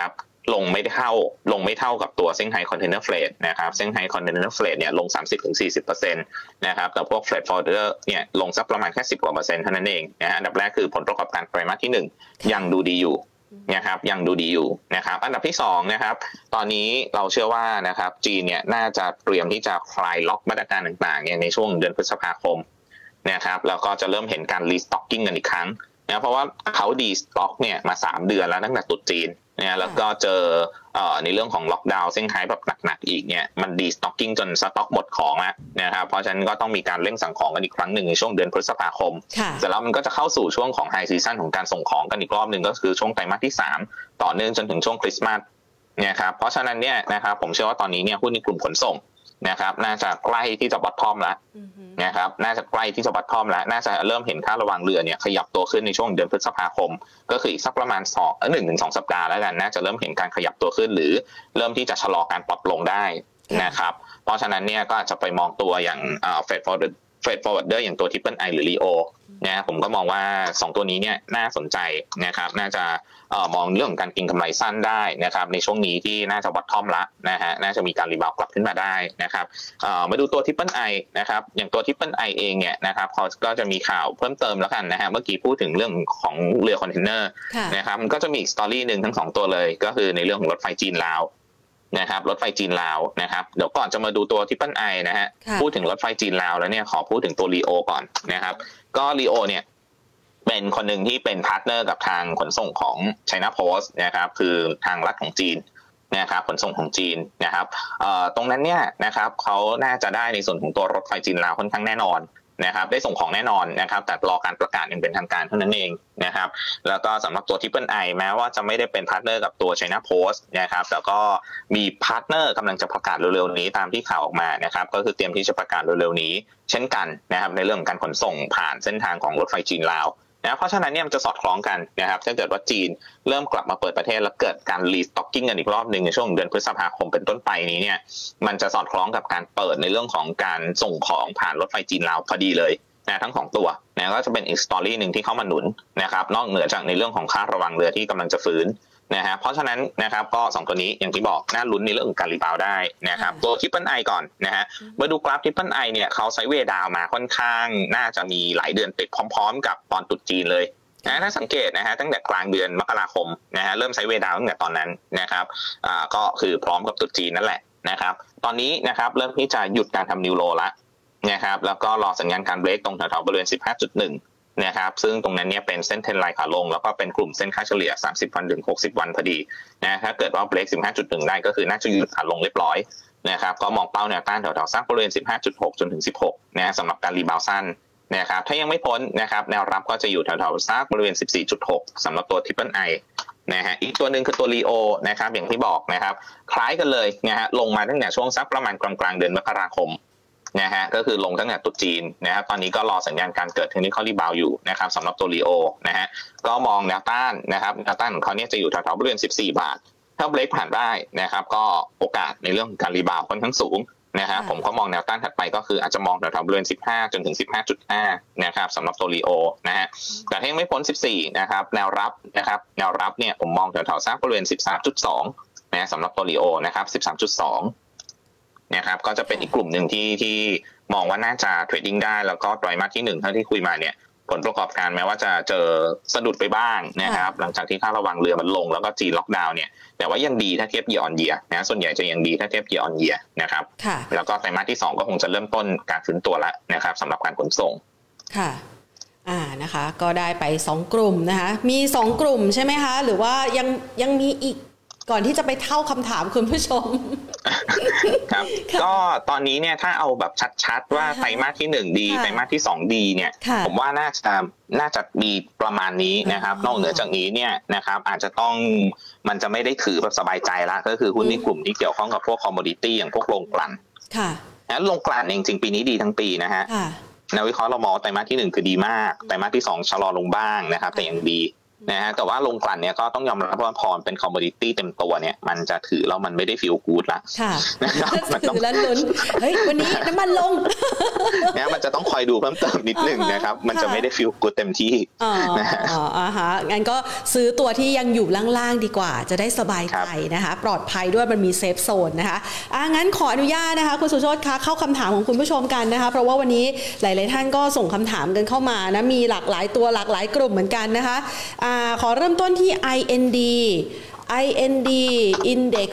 ลงไม่เท่ากับตัวเซี่ยงไฮ้คอนเทนเนอร์เฟรทนะครับเซี่ยงไฮ้คอนเทนเนอร์เฟรทเนี่ยลง 30-40% นะครับแต่พวกเฟรทฟอร์เดอร์เนี่ยลงสักประมาณแค่10%กว่าเท่านั้นเองนะฮะอันดับแรกคือผลประกอบการไตรมาสที่1ยังดูดีอยู่นะครับยังดูดีอยู่นะครับอันดับที่2นะครับตอนนี้เราเชื่อว่านะครับจีนเนี่ยน่าจะเตรียมที่จะคลายล็อกมาตรการต่างๆเนี่ยในช่วงเดือนพฤษภาคมนะครับแล้วก็จะเริ่มเห็นการรีสต็อกกิ้งกันอีกครั้งนะเพราะว่าเขาดีสต็อกเนี่ยมา3 เดือนแล้วตั้งแต่ตรุษจีนเนี่ยแล้วก็เจอในเรื่องของล็อกดาวน์เซี่ยงไฮ้แบบหนักๆอีกเนี่ยมันดีสต็อกกิ้งจนสต็อกหมดของแล้วนะครับเพราะฉะนั้นก็ต้องมีการเร่งสั่งของกันอีกครั้งหนึ่งในช่วงเดือนพฤษภาคมเสร็จแล้วมันก็จะเข้าสู่ช่วงของไฮซีซั่นของการส่งของกันอีกรอบนึงก็คือช่วงไตรมาสที่3ต่อเนื่องจนถึงช่วงคริสต์มาสเนี่ยครับเพราะฉะนั้นเนี่ยนะครับผมเชื่อว่าตอนนี้เนี่ยหุ้นในกลุ่มขนส่งนะครับน่าจะใกล้ที่จะบอททอมแล้วนะครับน่าจะใกล้ที่จะบอททอมแล้วน่าจะเริ่มเห็นค่าระวางเรือเนี่ยขยับตัวขึ้นในช่วงเดือนพฤษภาคมก็คืออีกสักประมาณ1-2 สัปดาห์แล้วกันน่าจะเริ่มเห็นการขยับตัวขึ้นหรือเริ่มที่จะชะลอการปรับลงได้นะครับเพราะฉะนั้นเนี่ยก็อาจจะไปมองตัวอย่างเฟดฟอร์เวิร์ดเดอร์อย่างตัว Triple I หรือ Leo นะผมก็มองว่า2ตัวนี้เนี่ยน่าสนใจนะครับน่าจะมองเรื่องของการเก็งกำไรสั้นได้นะครับในช่วงนี้ที่น่าจะบอททอมละนะฮะน่าจะมีการรีบาวด์กลับขึ้นมาได้นะครับมาดูตัว Triple I นะครับอย่างตัว Triple I เองเนี่ยนะครับเขาก็จะมีข่าวเพิ่มเติมแล้วกันนะฮะเมื่อกี้พูดถึงเรื่องของเรือคอนเทนเนอร์นะครับมันก็จะมีอีกสตอรี่นึงทั้ง2ตัวเลยก็คือในเรื่องของรถไฟจีนลาวนะครับรถไฟจีนลาวนะครับเดี๋ยวก่อนจะมาดูตัว Triple I นะฮะพูดถึงรถไฟจีนลาวแล้วเนี่ยขอพูดถึงตัว Leo ก่อนนะครับก็ Leo เนี่ยเป็นคนหนึ่งที่เป็นพาร์ทเนอร์กับทางขนส่งของ China Post นะครับคือทางรัฐของจีนนะครับขนส่งของจีนนะครับตรงนั้นเนี่ยนะครับเขาน่าจะได้ในส่วนของตัวรถไฟจีนลาวค่อนข้างแน่นอนนะครับได้ส่งของแน่นอนนะครับแต่รอการประกาศอย่างเป็นทางการเท่านั้นเองนะครับแล้วก็สำหรับตัว Triple I แม้ว่าจะไม่ได้เป็นพาร์ทเนอร์กับตัว China Post นะครับแต่ก็มีพาร์ทเนอร์กำลังจะประกาศเร็วๆนี้ตามที่ข่าวออกมานะครับก็คือเตรียมที่จะประกาศเร็วๆนี้เช่นกันนะครับในเรื่องของการขนส่งผ่านเส้นทางของรถไฟจีนลาวนะเพราะฉะนั้นเนี่ยมันจะสอดคล้องกันนะครับถ้าเกิดว่าจีนเริ่มกลับมาเปิดประเทศแล้วเกิดการรีสต็อกกิ้งกันอีกรอบนึงในช่วงเดือนพฤษภาคมเป็นต้นไปนี้เนี่ยมันจะสอดคล้องกับการเปิดในเรื่องของการส่งของผ่านรถไฟจีนลาวพอดีเลยนะทั้ง2ตัวนะก็จะเป็นอีกสตอรี่นึงที่เข้ามาหนุนนะครับนอกเหนือจากในเรื่องของค่าระวังเรือที่กำลังจะฟื้นนะฮะเพราะฉะนั้นนะครับก็2ตัวนี้อย่างที่บอกน่าลุ้นในเรื่องของการรีบาวด์ได้นะครับตัว Triple I ก่อนนะฮะมาดูกราฟ Triple I เนี่ยเขาไซด์เวย์ดาวมาค่อนข้างน่าจะมีหลายเดือนติดพร้อมๆกับตอนตรุษจีนเลยนะถ้าสังเกตนะฮะตั้งแต่กลางเดือนมกราคมนะฮะเริ่มไซด์เวย์ดาวตั้งแต่ตอนนั้นนะครับก็คือพร้อมกับตรุษจีนนั่นแหละนะครับตอนนี้นะครับเริ่มที่จะหยุดการทำนิวโลละนะครับแล้วก็รอสัญญาณการเบรกตรงแถวๆบริเวณ 15.1 นะครับซึ่งตรงนั้นเนี่ยเป็นเส้นเทรนไลน์ขาลงแล้วก็เป็นกลุ่มเส้นค่าเฉลี่ย30วันถึง60วันพอดีนะถ้าเกิดว่าเบรก 15.1 ได้ก็คือน่าจะหยุดขาลงเรียบร้อยนะครับก็มองเป้าแนวต้านแถวๆสักบริเวณ 15.6 จนถึง 16 นะสำหรับการรีบาวด์สั้นนะครับถ้ายังไม่พ้นนะครับแนวรับก็จะอยู่แถวๆสักบริเวณ 14.6 สำหรับตัว Triple I นะฮะอีกตัวนึงคือตัว Leo นะครับอย่างที่บอกนะครับคล้ายกันเลยนะฮะลงมาตั้งแต่ช่วงสักประมาณกลางๆเดือนมกราคมนะฮะก็คือลงตั้งแต่ตรุษจีนนะครับตอนนี้ก็รอสัญญาณการเกิดเทคนิคอลรีบาวด์อยู่นะครับสำหรับตัว Leo นะฮะก็มองแนวต้านนะครับแนวต้านของเขาเนี่ยจะอยู่แถวๆบริเวณ14 บาทถ้าเบรกผ่านได้นะครับก็โอกาสในเรื่องของการรีบาวด์ค่อนข้างสูงนะฮะผมก็มองแนวต้านถัดไปก็คืออาจจะมองแถวๆบริเวณ15จนถึง 15.5 นะครับสำหรับตัว Leo นะฮะแต่ถ้ายังไม่พ้น14นะครับแนวรับนะครับแนวรับเนี่ยผมมองแถวๆสักบริเวณ 13.2 นะสำหรับตัว Leo นะครับ 13.2นะครับก็จะเป็นอีกกลุ่มหนึ่งที่มองว่าน่าจะเทรดดิ้งได้แล้วก็ไตรมาสที่1เท่าที่คุยมาเนี่ยผลประกอบการแม้ว่าจะเจอสะดุดไปบ้างนะครับหลังจากที่ค่าระวังเรือมันลงแล้วก็จีนล็อกดาวน์เนี่ยแต่ว่ายังดีถ้าเทียบ year on year นะส่วนใหญ่จะยังดีถ้าเทียบ year on year นะครับแล้วก็ไตรมาสที่2ก็คงจะเริ่มต้นการฟื้นตัวแล้วนะครับสำหรับการขนส่งค่ะนะคะก็ได้ไป2กลุ่มนะคะมี2กลุ่มใช่ไหมคะหรือว่ายังมีอีกก่อนที่จะไปเท่าคำถามคุณผู้ชมครับก็ตอนนี้เนี่ยถ้าเอาแบบชัดๆว่าไตรมาสที่1ดีไตรมาสที่2ดีเนี่ยผมว่าน่าจะมีประมาณนี้นะครับนอกเหนือจากนี้เนี่ยนะครับอาจจะต้องมันจะไม่ได้ถือแบบสบายใจละก็คือหุ้นในกลุ่มที่เกี่ยวข้องกับพวกคอมโมดิตี้อย่างพวกโรงกลั่นนะโรงกลั่นจริงๆปีนี้ดีทั้งปีนะฮะนักวิเคราะห์เรามองไตรมาสที่1คือดีมากไตรมาสที่2ชะลอลงบ้างนะครับแต่ยังดีนะฮะแต่ว่าลงกลั่นเนี่ยก็ต้องยอมรับว่าพอเป็นคอมโมดิตี้เต็มตัวเนี่ยมันจะถือแล้วมันไม่ได้ฟีลกู๊ดละค่ะนะครับมันต้องถือแล้วลุ้นเฮ้ยวันนี้น้ำมันลงเนี่ยมันจะต้องคอยดูเพิ่มเติมนิดนึงนะครับมันจะไม่ได้ฟีลกู๊ดเต็มที่ฮะงั้นก็ซื้อตัวที่ยังอยู่ล่างๆดีกว่าจะได้สบายใจนะคะปลอดภัยด้วยมันมีเซฟโซนนะคะงั้นขออนุญาตนะคะคุณสุโชติคะเข้าคำถามของคุณผู้ชมกันนะคะเพราะว่าวันนี้หลายๆท่านก็ส่งคำถามกันเข้ามานะมีหลากหลายตัวหลากหลายกลุ่มเหมือนกันนะคะขอเริ่มต้นที่ IND Index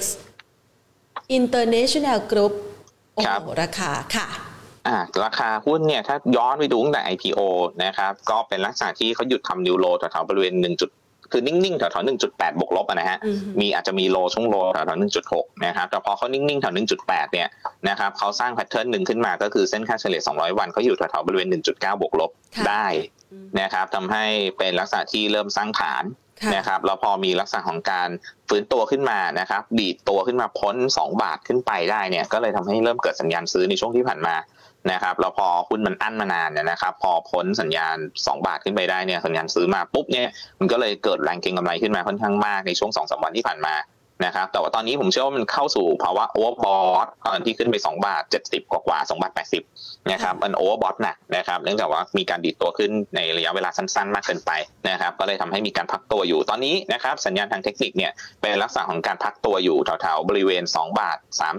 International Group โอ้โหราคาค่ะราคาหุ้นเนี่ยถ้าย้อนไปดูตั้งแต่ IPO นะครับก็เป็นลักษณะที่เขาหยุดทำนิวโลแถวๆบริเวณ1คือนิ่งๆแถวๆ 1.8 บวกลบนะฮะมีอาจจะมีโลช่วงโลแถวๆ 1.6 นะครับแต่พอเขานิ่งๆแถว 1.8 เนี่ยนะครับเขาสร้างแพทเทิร์นหนึ่งขึ้นมาก็คือเส้นค่าเฉลี่ย200วันเขาอยู่แถวๆบริเวณ 1.9 บวกลบได้นะครับทำให้เป็นลักษณะที่เริ่มสร้างฐานนะครับแล้วพอมีลักษณะของการฟื้นตัวขึ้นมานะครับดีดตัวขึ้นมาพ้น2บาทขึ้นไปได้เนี่ยก็เลยทำให้เริ่มเกิดสัญญาณซื้อในช่วงที่ผ่านมานะครับแล้วพอหุ้นมันอั้นมานานเนี่ยนะครับพอพ้นสัญญาณ2บาทขึ้นไปได้เนี่ยสัญญาณซื้อมาปุ๊บเนี่ยมันก็เลยเกิดแรงเก็งกำไรขึ้นมาค่อนข้างมากในช่วง 2-3 วันที่ผ่านมานะครับแต่ว่าตอนนี้ผมเชื่อว่ามันเข้าสู่ภาวะโอเวอร์บอทตอนที่ขึ้นไป2บาท70กว่า2บาท80นะครับมันโอเวอร์บอทหนักนะครับเนื่องจากว่ามีการดีดตัวขึ้นในระยะเวลาสั้นๆมากเกินไปนะครับก็เลยทำให้มีการพักตัวอยู่ตอนนี้นะครับสัญญาณทางเทคนิคเนี่ยเป็นลักษณะของการพักตัวอยู่แถวๆบริเวณ2บาท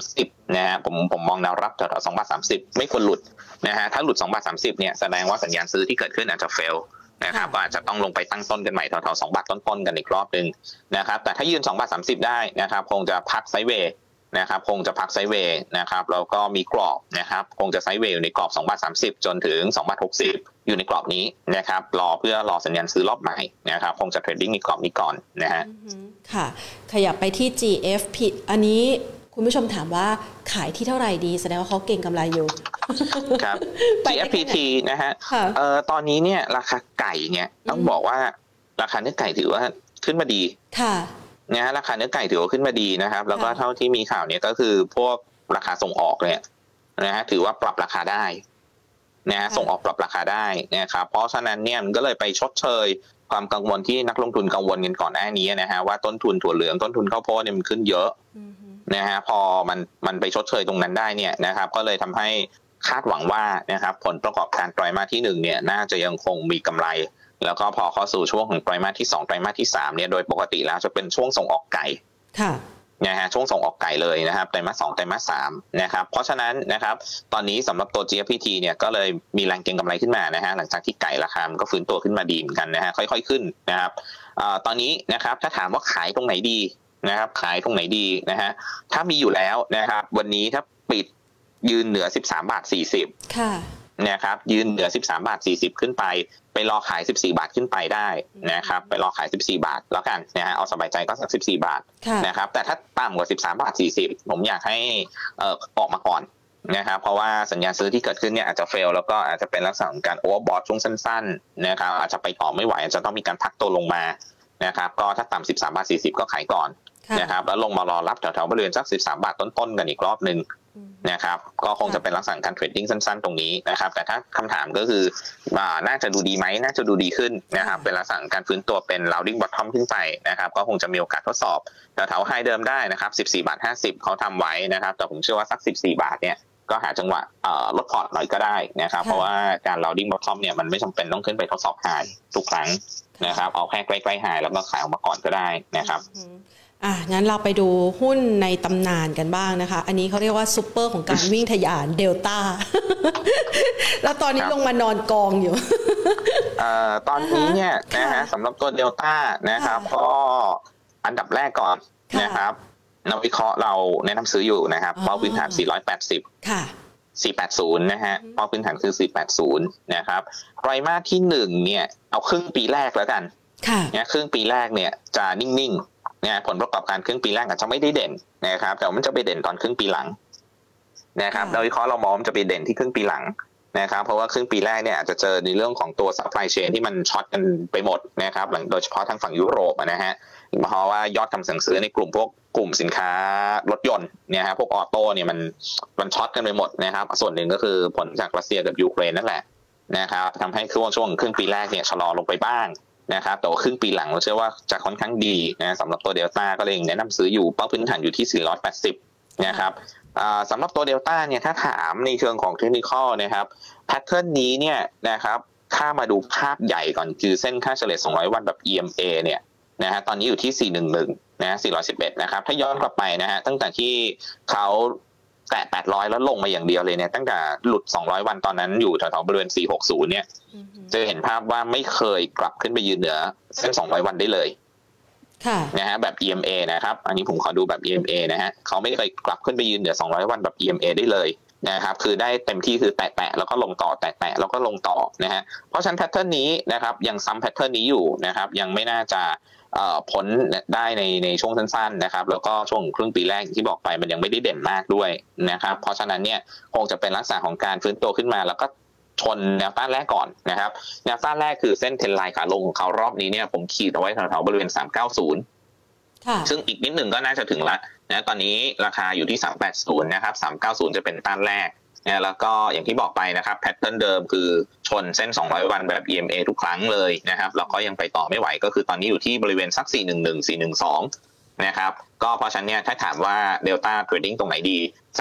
30นะฮะผมมองแนวรับแถวๆ2บาท30ไม่ควรหลุดนะฮะถ้าหลุด2บาท30เนี่ยแสดงว่าสัญญาณซื้อที่เกิดขึ้นอาจจะเฟลนะครับก็อาจจะต้องลงไปตั้งต้นกันใหม่แถวๆ2บาทต้นๆกันอีกรอบนึงนะครับแต่ถ้ายืน2บาท30ได้นะครับคงจะพักไซด์เวย์นะครับคงจะพักไซด์เวย์นะครับแล้วก็มีกรอบนะครับคงจะไซด์เวย์อยู่ในกรอบ2บาท30จนถึง2บาท60อยู่ในกรอบนี้นะครับเพื่อรอสัญญาณซื้อรอบใหม่นะครับคงจะเทรดดิ้งในกรอบนี้ก่อนนะฮะค่ะขยับไปที่ GFP อันนี้คุณผู้ชมถามว่าขายที่เท่าไหร่ดีแสดงว่าเขาเก่งกำไรอยู่ครับ GFPT นะฮะตอนนี้เนี่ยราคาไก่เนี่ยต้องบอกว่าราคาเนื้อไก่ถือว่าขึ้นมาดีค่ะนะฮะราคาเนื้อไก่ถือว่าขึ้นมาดีนะครับแล้วก็เท่าที่มีข่าวเนี่ยก็คือพวกราคาส่งออกเนี่ยนะฮะถือว่าปรับราคาได้นะฮะส่งออกปรับราคาได้นะครับเพราะฉะนั้นเนี่ยมันก็เลยไปชดเชยความกังวลที่นักลงทุนกังวลกันก่อนหน้านี้นะฮะว่าต้นทุนถั่วเหลืองต้นทุนข้าวโพดเนี่ยมันขึ้นเยอะนะฮะพอมันไปชดเชยตรงนั้นได้เนี่ยนะครับก็เลยทำให้คาดหวังว่านะครับผลประกอบการไตรมาสที่1เนี่ยน่าจะยังคงมีกำไรแล้วก็พอเข้าสู่ช่วงของไตรมาสที่2ไตรมาสที่3เนี่ยโดยปกติแล้วจะเป็นช่วงส่งออกไก่ค่ะนะฮะช่วงส่งออกไก่เลยนะครับไตรมาส2ไตรมาส3นะครับเพราะฉะนั้นนะครับตอนนี้สำหรับตัว GFPT เนี่ยก็เลยมีแรงเก็งกำไรขึ้นมานะฮะหลังจากที่ไก่ราคามันก็ฟื้นตัวขึ้นมาดีเหมือนกันนะฮะค่อยๆขึ้นนะครับตอนนี้นะครับถ้าถามว่าขายตรงไหนดีนะครับขายตรงไหนดีนะฮะถ้ามีอยู่แล้วนะครับวันนี้ถ้าปิดยืนเหนือ13บาท40 ค่ะนะครับยืนเหนือ13บาท40ขึ้นไปรอขาย14บาทขึ้นไปได้นะครับไปรอขาย14บาทแล้วกันนะฮะเอาสบายใจก็สัก14บาทนะครับแต่ถ้าต่ำกว่า13บาท40ผมอยากให้ออกมาก่อนนะครับเพราะว่าสัญญาณซื้อที่เกิดขึ้นเนี่ยอาจจะเฟลแล้วก็อาจจะเป็นลักษณะของการโอเวอร์บอทช่วงสั้นๆนะครับอาจจะไปต่อไม่ไหวอาจจะต้องมีการพักตัวลงมานะครับก็ถ้าต่ำ13บาท40ก็ขายก่อนนะครับแล้วลงมารอรับแถวๆบริเวณสัก13บาทต้นๆกันอีกรอบนึงนะครับก็คงจะเป็นลักษณะการเทรดดิ้งสั้นๆตรงนี้นะครับแต่ถ้าคำถามก็คือน่าจะดูดีไหมน่าจะดูดีขึ้นนะครับเป็นลักษณะการฟื้นตัวเป็น rounding bottom ขึ้นไปนะครับก็คงจะมีโอกาสทดสอบแถวๆไฮเดิมได้นะครับ14บาท50เขาทำไว้นะครับแต่ผมเชื่อว่าสัก14บาทเนี่ยก็หาจังหวะลดพอร์ตหน่อยก็ได้นะครับเพราะว่าการ rounding bottom เนี่ยมันไม่จำเป็นต้องขึ้นไปทดสอบไฮทุกครั้งนะครับเอาแค่ใกล้ๆไฮแล้วก็ขายออกมาก่อนก็ได้นะครับงั้นเราไปดูหุ้นในตำนานกันบ้างนะคะอันนี้เขาเรียกว่าซุปเปอร์ของการวิ่งทะยานเดลต้าแล้วตอนนี้ลงมานอนกองอยู่ตอนนี้เนี่ยนะฮะสำหรับตัวเดลต้านะครับก็อันดับแรกก่อนนะครับนักวิเคราะห์เราแนะนำซื้ออยู่นะครับเป้าพื้นฐาน480 ค่ะ 480นะฮะเป้าพื้นฐานคือ480นะครับไตรมาสที่1เนี่ยเอาครึ่งปีแรกแล้วกันเนี่ยครึ่งปีแรกเนี่ยจะนิ่งๆเนี่ยผลประกอบการครึ่งปีแรกอาจจะไม่ได้เด่นนะครับแต่มันจะไปเด่นตอนครึ่งปีหลังนะครับโดยวิเคราะห์เรามองมันจะไปเด่นที่ครึ่งปีหลังนะครับเพราะว่าครึ่งปีแรกเนี่ยอาจจะเจอในเรื่องของตัว supply chain ที่มันช็อตกันไปหมดนะครับโดยเฉพาะทางฝั่งยุโรปนะฮะเพราะว่ายอดคำสั่งซื้อในกลุ่มสินค้ารถยนต์เนี่ยฮะพวกออโต้เนี่ยมันช็อตกันไปหมดนะครับส่วนหนึ่งก็คือผลจากรัสเซียกับยูเครนนั่นแหละนะครับทำให้ช่วงครึ่งปีแรกเนี่ยชะลอลงไปบ้างนะครับแต่ว่าครึ่งปีหลังเราเชื่อว่าจะค่อนข้างดีนะสำหรับตัวเดลต้าก็เลยแนะนำซื้ออยู่เป้าพื้นฐานอยู่ที่480นะครับสำหรับตัวเดลต้าเนี่ยถ้าถามในเชิงของเทคนิคอลนะครับแพทเทิร์นนี้เนี่ยนะครับถ้ามาดูภาพใหญ่ก่อนคือเส้นค่าเฉลี่ย200วันแบบ EMA เนี่ยนะฮะตอนนี้อยู่ที่411นะ411นะครับถ้าย้อนกลับไปนะฮะตั้งแต่ที่เขาแตะ800แล้วลงมาอย่างเดียวเลยเนี่ยตั้งแต่หลุด200วันตอนนั้นอยู่แถวๆบริเวณ460เนี่ยจะเห็นภาพว่าไม่เคยกลับขึ้นไปยืนเหนือเส้น200วันได้เลยนะฮะแบบ EMA นะครับอันนี้ผมขอดูแบบ EMA นะฮะเขาไม่เคยกลับขึ้นไปยืนเหนือ200วันแบบ EMA ได้เลยนะครับคือได้เต็มที่คือแตะแล้วก็ลงต่อแตะแล้วก็ลงต่อนะฮะเพราะฉะนั้นแพทเทิร์นนี้นะครับยังซ้ำแพทเทิร์นนี้อยู่นะครับยังไม่น่าจะพ้นได้ในช่วงสั้นๆนะครับแล้วก็ช่วงครึ่งปีแรกที่บอกไปมันยังไม่ได้เด่นมากด้วยนะครับเพราะฉะนั้นเนี่ยคงจะเป็นลักษณะของการฟื้นตัวขึ้นมาแล้วก็ชนแนวต้านแรกก่อนนะครับแนวต้านแรกคือเส้นเทรนไลน์ขาลงของเขารอบนี้เนี่ยผมขีดเอาไว้แถวๆบริเวณ390ซึ่งอีกนิดหนึ่งก็น่าจะถึงละนะตอนนี้ราคาอยู่ที่380นะครับ390จะเป็นต้านแรกนะแล้วก็อย่างที่บอกไปนะครับแพทเทิร์นเดิมคือชนเส้น200วันแบบ EMA ทุกครั้งเลยนะครับแล้วก็ยังไปต่อไม่ไหวก็คือตอนนี้อยู่ที่บริเวณสัก411 412นะครับก็เพราะฉะนั้นเนี่ยถ้าถามว่า Delta Trading ตรงไหนดี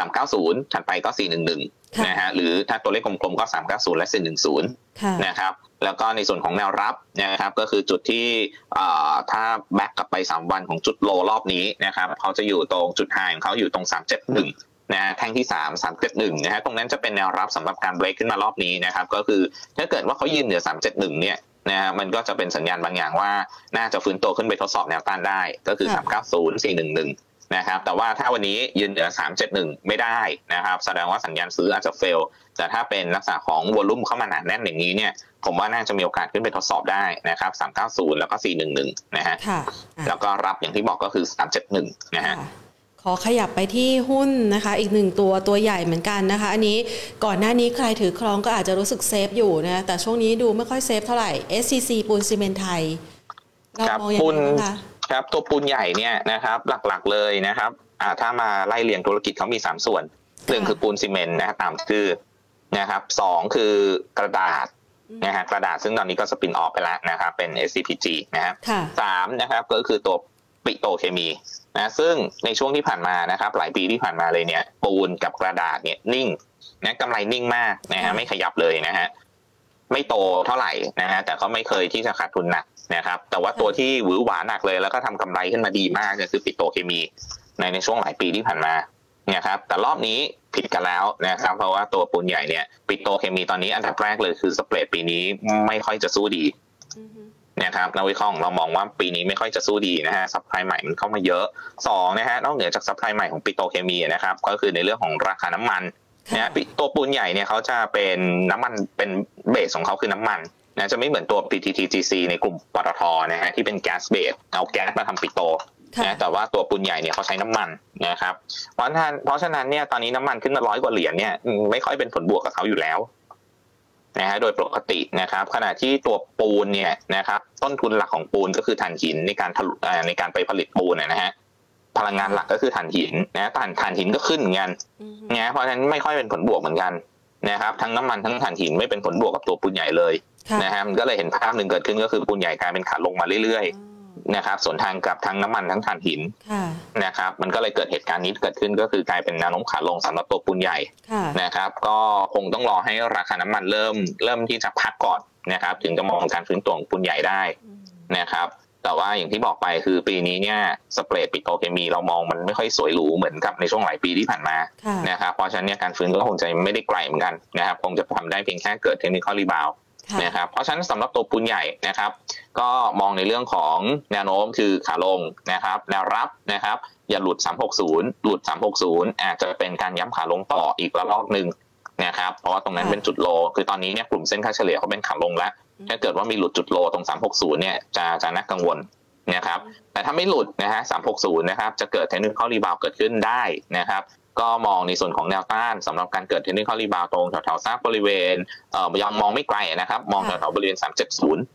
390ถัดไปก็411นะฮะหรือถ้าตัวเลขกลมๆก็390และ410นะครับแล้วก็ในส่วนของแนวรับนะครับก็คือจุดที่ถ้าแบ็กกลับไป3วันของจุดโลรอบนี้นะครับเขาจะอยู่ตรงจุดไฮของเขาอยู่ตรง371นะแท่งที่371นะฮะตรงนั้นจะเป็นแนวรับสำหรับการเบรกขึ้นมารอบนี้นะครับก็คือถ้าเกิดว่าเขายืนเหนือ371เนี่ยนะฮะมันก็จะเป็นสัญญาณบางอย่างว่าน่าจะฟื้นตัวขึ้นไปทดสอบแนวต้านได้ก็คือ390 411นะครับแต่ว่าถ้าวันนี้ยืนเหนือ371ไม่ได้นะครับแสดงว่าสัญญาณซื้ออาจจะเฟลแต่ถ้าเป็นลักษณะของวอลุ่มเข้ามาหนาแน่นอย่างนี้เนี่ยผมว่าน่าจะมีโอกาสขึ้นไปทดสอบได้นะครับ390แล้วก็411นะฮะแล้วก็รับอย่างที่บอกก็คือ371นะฮะขอขยับไปที่หุ้นนะคะอีกหนึ่งตัวใหญ่เหมือนกันนะคะอันนี้ก่อนหน้านี้ใครถือครองก็อาจจะรู้สึกเซฟอยู่นะแต่ช่วงนี้ดูไม่ค่อยเซฟเท่าไหร่ SCC ปูนซีเมนต์ไทยเรามองยังไงบ้างคะครับตัวปูนใหญ่เนี่ยนะครับหลักๆเลยนะครับถ้ามาไล่เรียงธุรกิจเขามี3ส่วน1คือปูนซีเมนต์นะครับตามชื่อนะครับ2คือกระดาษนะฮะกระดาษซึ่งตอนนี้ก็สปินออฟไปแล้วนะครับเป็น SCPG นะครับ3นะครับก็คือตัวปิโตรเคมีนะซึ่งในช่วงที่ผ่านมานะครับหลายปีที่ผ่านมาเลยเนี่ยปูนกับกระดาษเนี่ยนิ่งนะกำไรนิ่งมากนะฮะไม่ขยับเลยนะฮะไม่โตเท่าไหร่นะฮะแต่ก็ไม่เคยที่จะขาดทุนหนักนะครับแต่ว่าตัวที่หวือหวาหนักเลยแล้วก็ทำกำไรขึ้นมาดีมากก็คือปิโตรเคมีในช่วงหลายปีที่ผ่านมาเนี่ยครับแต่รอบนี้ผิดกันแล้วนะครับเพราะว่าตัวปูนใหญ่เนี่ยปิโตรเคมีตอนนี้อันดับแรกเลยคือสเปรดปีนี้ไม่ค่อยจะสู้ดีนะครับนักวิเคราะห์เรามองว่าปีนี้ไม่ค่อยจะสู้ดีนะฮะซัพพลายใหม่มันเข้ามาเยอะ2นะฮะนอกเหนือจากซัพพลายใหม่ของปิโตรเคมีนะครับก็คือในเรื่องของราคาน้ำมันนะตัวปูนใหญ่เนี่ยเขาจะเป็นน้ำมันเป็นเบสของเขาคือน้ำมันนะจะไม่เหมือนตัว PTTGC ในกลุ่มปตท.นะฮะที่เป็นแก๊สเบสเอาแก๊สมาทำปิโตรนะแต่ว่าตัวปูนใหญ่เนี่ยเขาใช้น้ำมันนะครับเพราะฉะนั้นเนี่ยตอนนี้น้ำมันขึ้นมา100 กว่าเหรียญเนี่ยไม่ค่อยเป็นผลบวกกับเขาอยู่แล้วนะฮะโดยปกตินะครับขณะที่ตัวปูนเนี่ยนะครับต้นทุนหลักของปูนก็คือถ่านหินในการไปผลิตปูนนะฮะพลังงานหลักก็คือถ่านหินนะถ่านหินก็ขึ้นเหมือนกันนะเพราะฉะนั้นไม่ค่อยเป็นผลบวกเหมือนกันนะครับทั้งน้ำมันทั้งถ่านหินไม่เป็นผลบวกกับตัวปูนใหญ่เลยนะฮะมันก็เลยเห็นภาพหนึ่งเกิดขึ้นก็คือปูนใหญ่กลายเป็นขาลงมาเรื่อยๆนะครับส่วนทางกับทั้งน้ำมันทั้งถ่านหินนะครับมันก็เลยเกิดเหตุการณ์นี้เกิดขึ้นก็คือกลายเป็นแนวโน้มขาลงสำหรับตัวปูนใหญ่นะครับก็คงต้องรอให้ราคาน้ำมันเริ่มที่จะพักก่อนนะครับถึงจะมองการฟื้นตัวของปูนใหญ่ได้นะครับแต่ว่าอย่างที่บอกไปคือปีนี้เนี่ยสเปรดปิโตรเคมีเรามองมันไม่ค่อยสวยหรูเหมือนกับในช่วงหลายปีที่ผ่านมานะครับเพราะฉะนั้นเนี่ยการฟื้นก็คงจะไม่ได้ไกลเหมือนกันนะครับคงจะทำได้เพียงแค่เกิดเทคนิคอลรีบาวด์นะครับเพราะฉะนั้นสำหรับตัวปูนใหญ่นะครับก็มองในเรื่องของแนวโน้มคือขาลงนะครับแนวรับนะครับอย่าหลุด360หลุด360อาจจะเป็นการย้ำขาลงต่ออีกระลอกนึงนะครับเพราะว่าตรงนั้นเป็นจุดโลคือตอนนี้เนี่ยกลุ่มเส้นค่าเฉลี่ยเขาเป็นขาลงแล้วถ้าเกิดว่ามีหลุดจุดโลตรง360เนี่ยจะน่ากังวลนะครับแต่ถ้าไม่หลุดนะฮะ360นะครับจะเกิดเทคนิคอลรีบาวด์เกิดขึ้นได้นะครับก็มองในส่วนของแนวต้านสำหรับการเกิดเทคนิคอลรีบาวด์ตรงแถวๆซากบริเวณยังมองไม่ไกลนะครับมองแถวๆบริเวณ370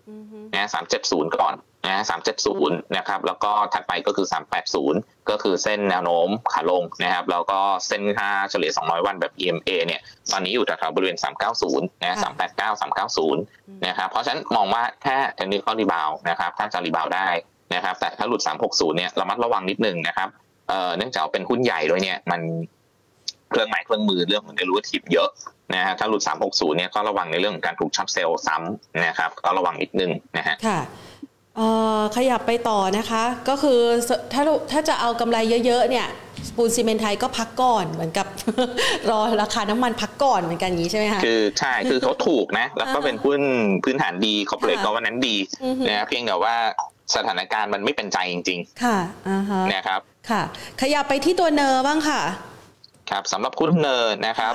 นะ370ก่อนนะ370นะครับแล้วก็ถัดไปก็คือ380ก็คือเส้นแนวโน้มขาลงนะครับแล้วก็เส้นค่าเฉลี่ย200วันแบบ EMA เนี่ยตอนนี้อยู่แถวๆบริเวณ390นะ389 390นะครับเพราะฉะนั้นมองว่าแค่เทคนิครีบาวนะครับถ้าจะรีบาวได้นะครับแต่ถ้าหลุด360เนี่ยระมัดระวังนิดนึงนะครับเนื่องจากเป็นหุ้นใหญ่ด้วยเนี่ยมันเครื่องหมายเครื่องมือเรื่องของ derivative เยอะนะฮะถ้าหลุด360เนี่ยก็ระวังในเรื่องของการถูกช็อตเซลล์ซ้ำนะครับก็ระวังนิดนึงนะฮะค่ะขยับไปต่อนะคะก็คือถ้าจะเอากำไรเยอะๆเนี่ยปูนซีเมนต์ไทยก็พักก่อนเหมือนกับ รอราคาน้ำมันพักก่อนเหมือนกันอย่างนี้ใช่ไหมคะคือใช่คือเขาถูกนะแล้วก็เป็นหุ้นพื้นฐานดีคอร์ปอเรทก็วันนั้นดีนะเพียงแต่ว่าสถานการณ์มันไม่เป็นใจจริงๆค่ะนะครับค่ะขยับไปที่ตัวเนอร์บ้างค่ะครับสำหรับหุ้นเนอร์นะครับ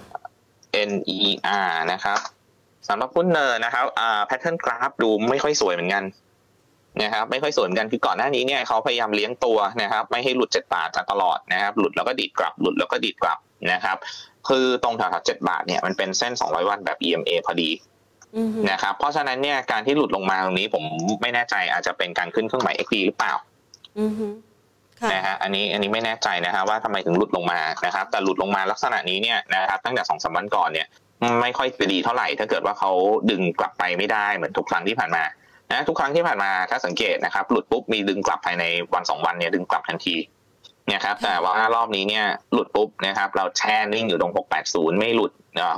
NER นะครับสำหรับหุ้นเนอร์นะครับแพทเทิร์นกราฟดูไม่ค่อยสวยเหมือนกันนะครับไม่ค่อยสวยเหมือนกันคือก่อนหน้านี้เนี่ยเขาพยายามเลี้ยงตัวนะครับไม่ให้หลุด7 บาทตลอดนะครับหลุดแล้วก็ดีดกลับหลุดแล้วก็ดีดกลับนะครับคือตรงแถวๆ7 บาทเนี่ยมันเป็นเส้น200วันแบบ EMA พอดีนะครับเพราะฉะนั้นเนี่ยการที่หลุดลงมาตรงนี้ผมไม่แน่ใจอาจจะเป็นการขึ้นเครื่องหมาย XD หรือเปล่านะฮะอันนี้ไม่แน่ใจนะฮะว่าทำไมถึงหลุดลงมานะครับแต่หลุดลงมาลักษณะนี้เนี่ยนะครับตั้งแต่ 2-3 วันก่อนเนี่ยไม่ค่อยดีเท่าไหร่ถ้าเกิดว่าเขาดึงกลับไปไม่ได้เหมือนทุกครั้งที่ผ่านมานะทุกครั้งที่ผ่านมาถ้าสังเกตนะครับหลุดปุ๊บมีดึงกลับภายใน1-2 วันเนี่ยดึงกลับทันทีนะครับแต่ว่ารอบนี้เนี่ยหลุดปุ๊บนะครับเราแช่นิ่งอยู่ตรง680ไม่หลุด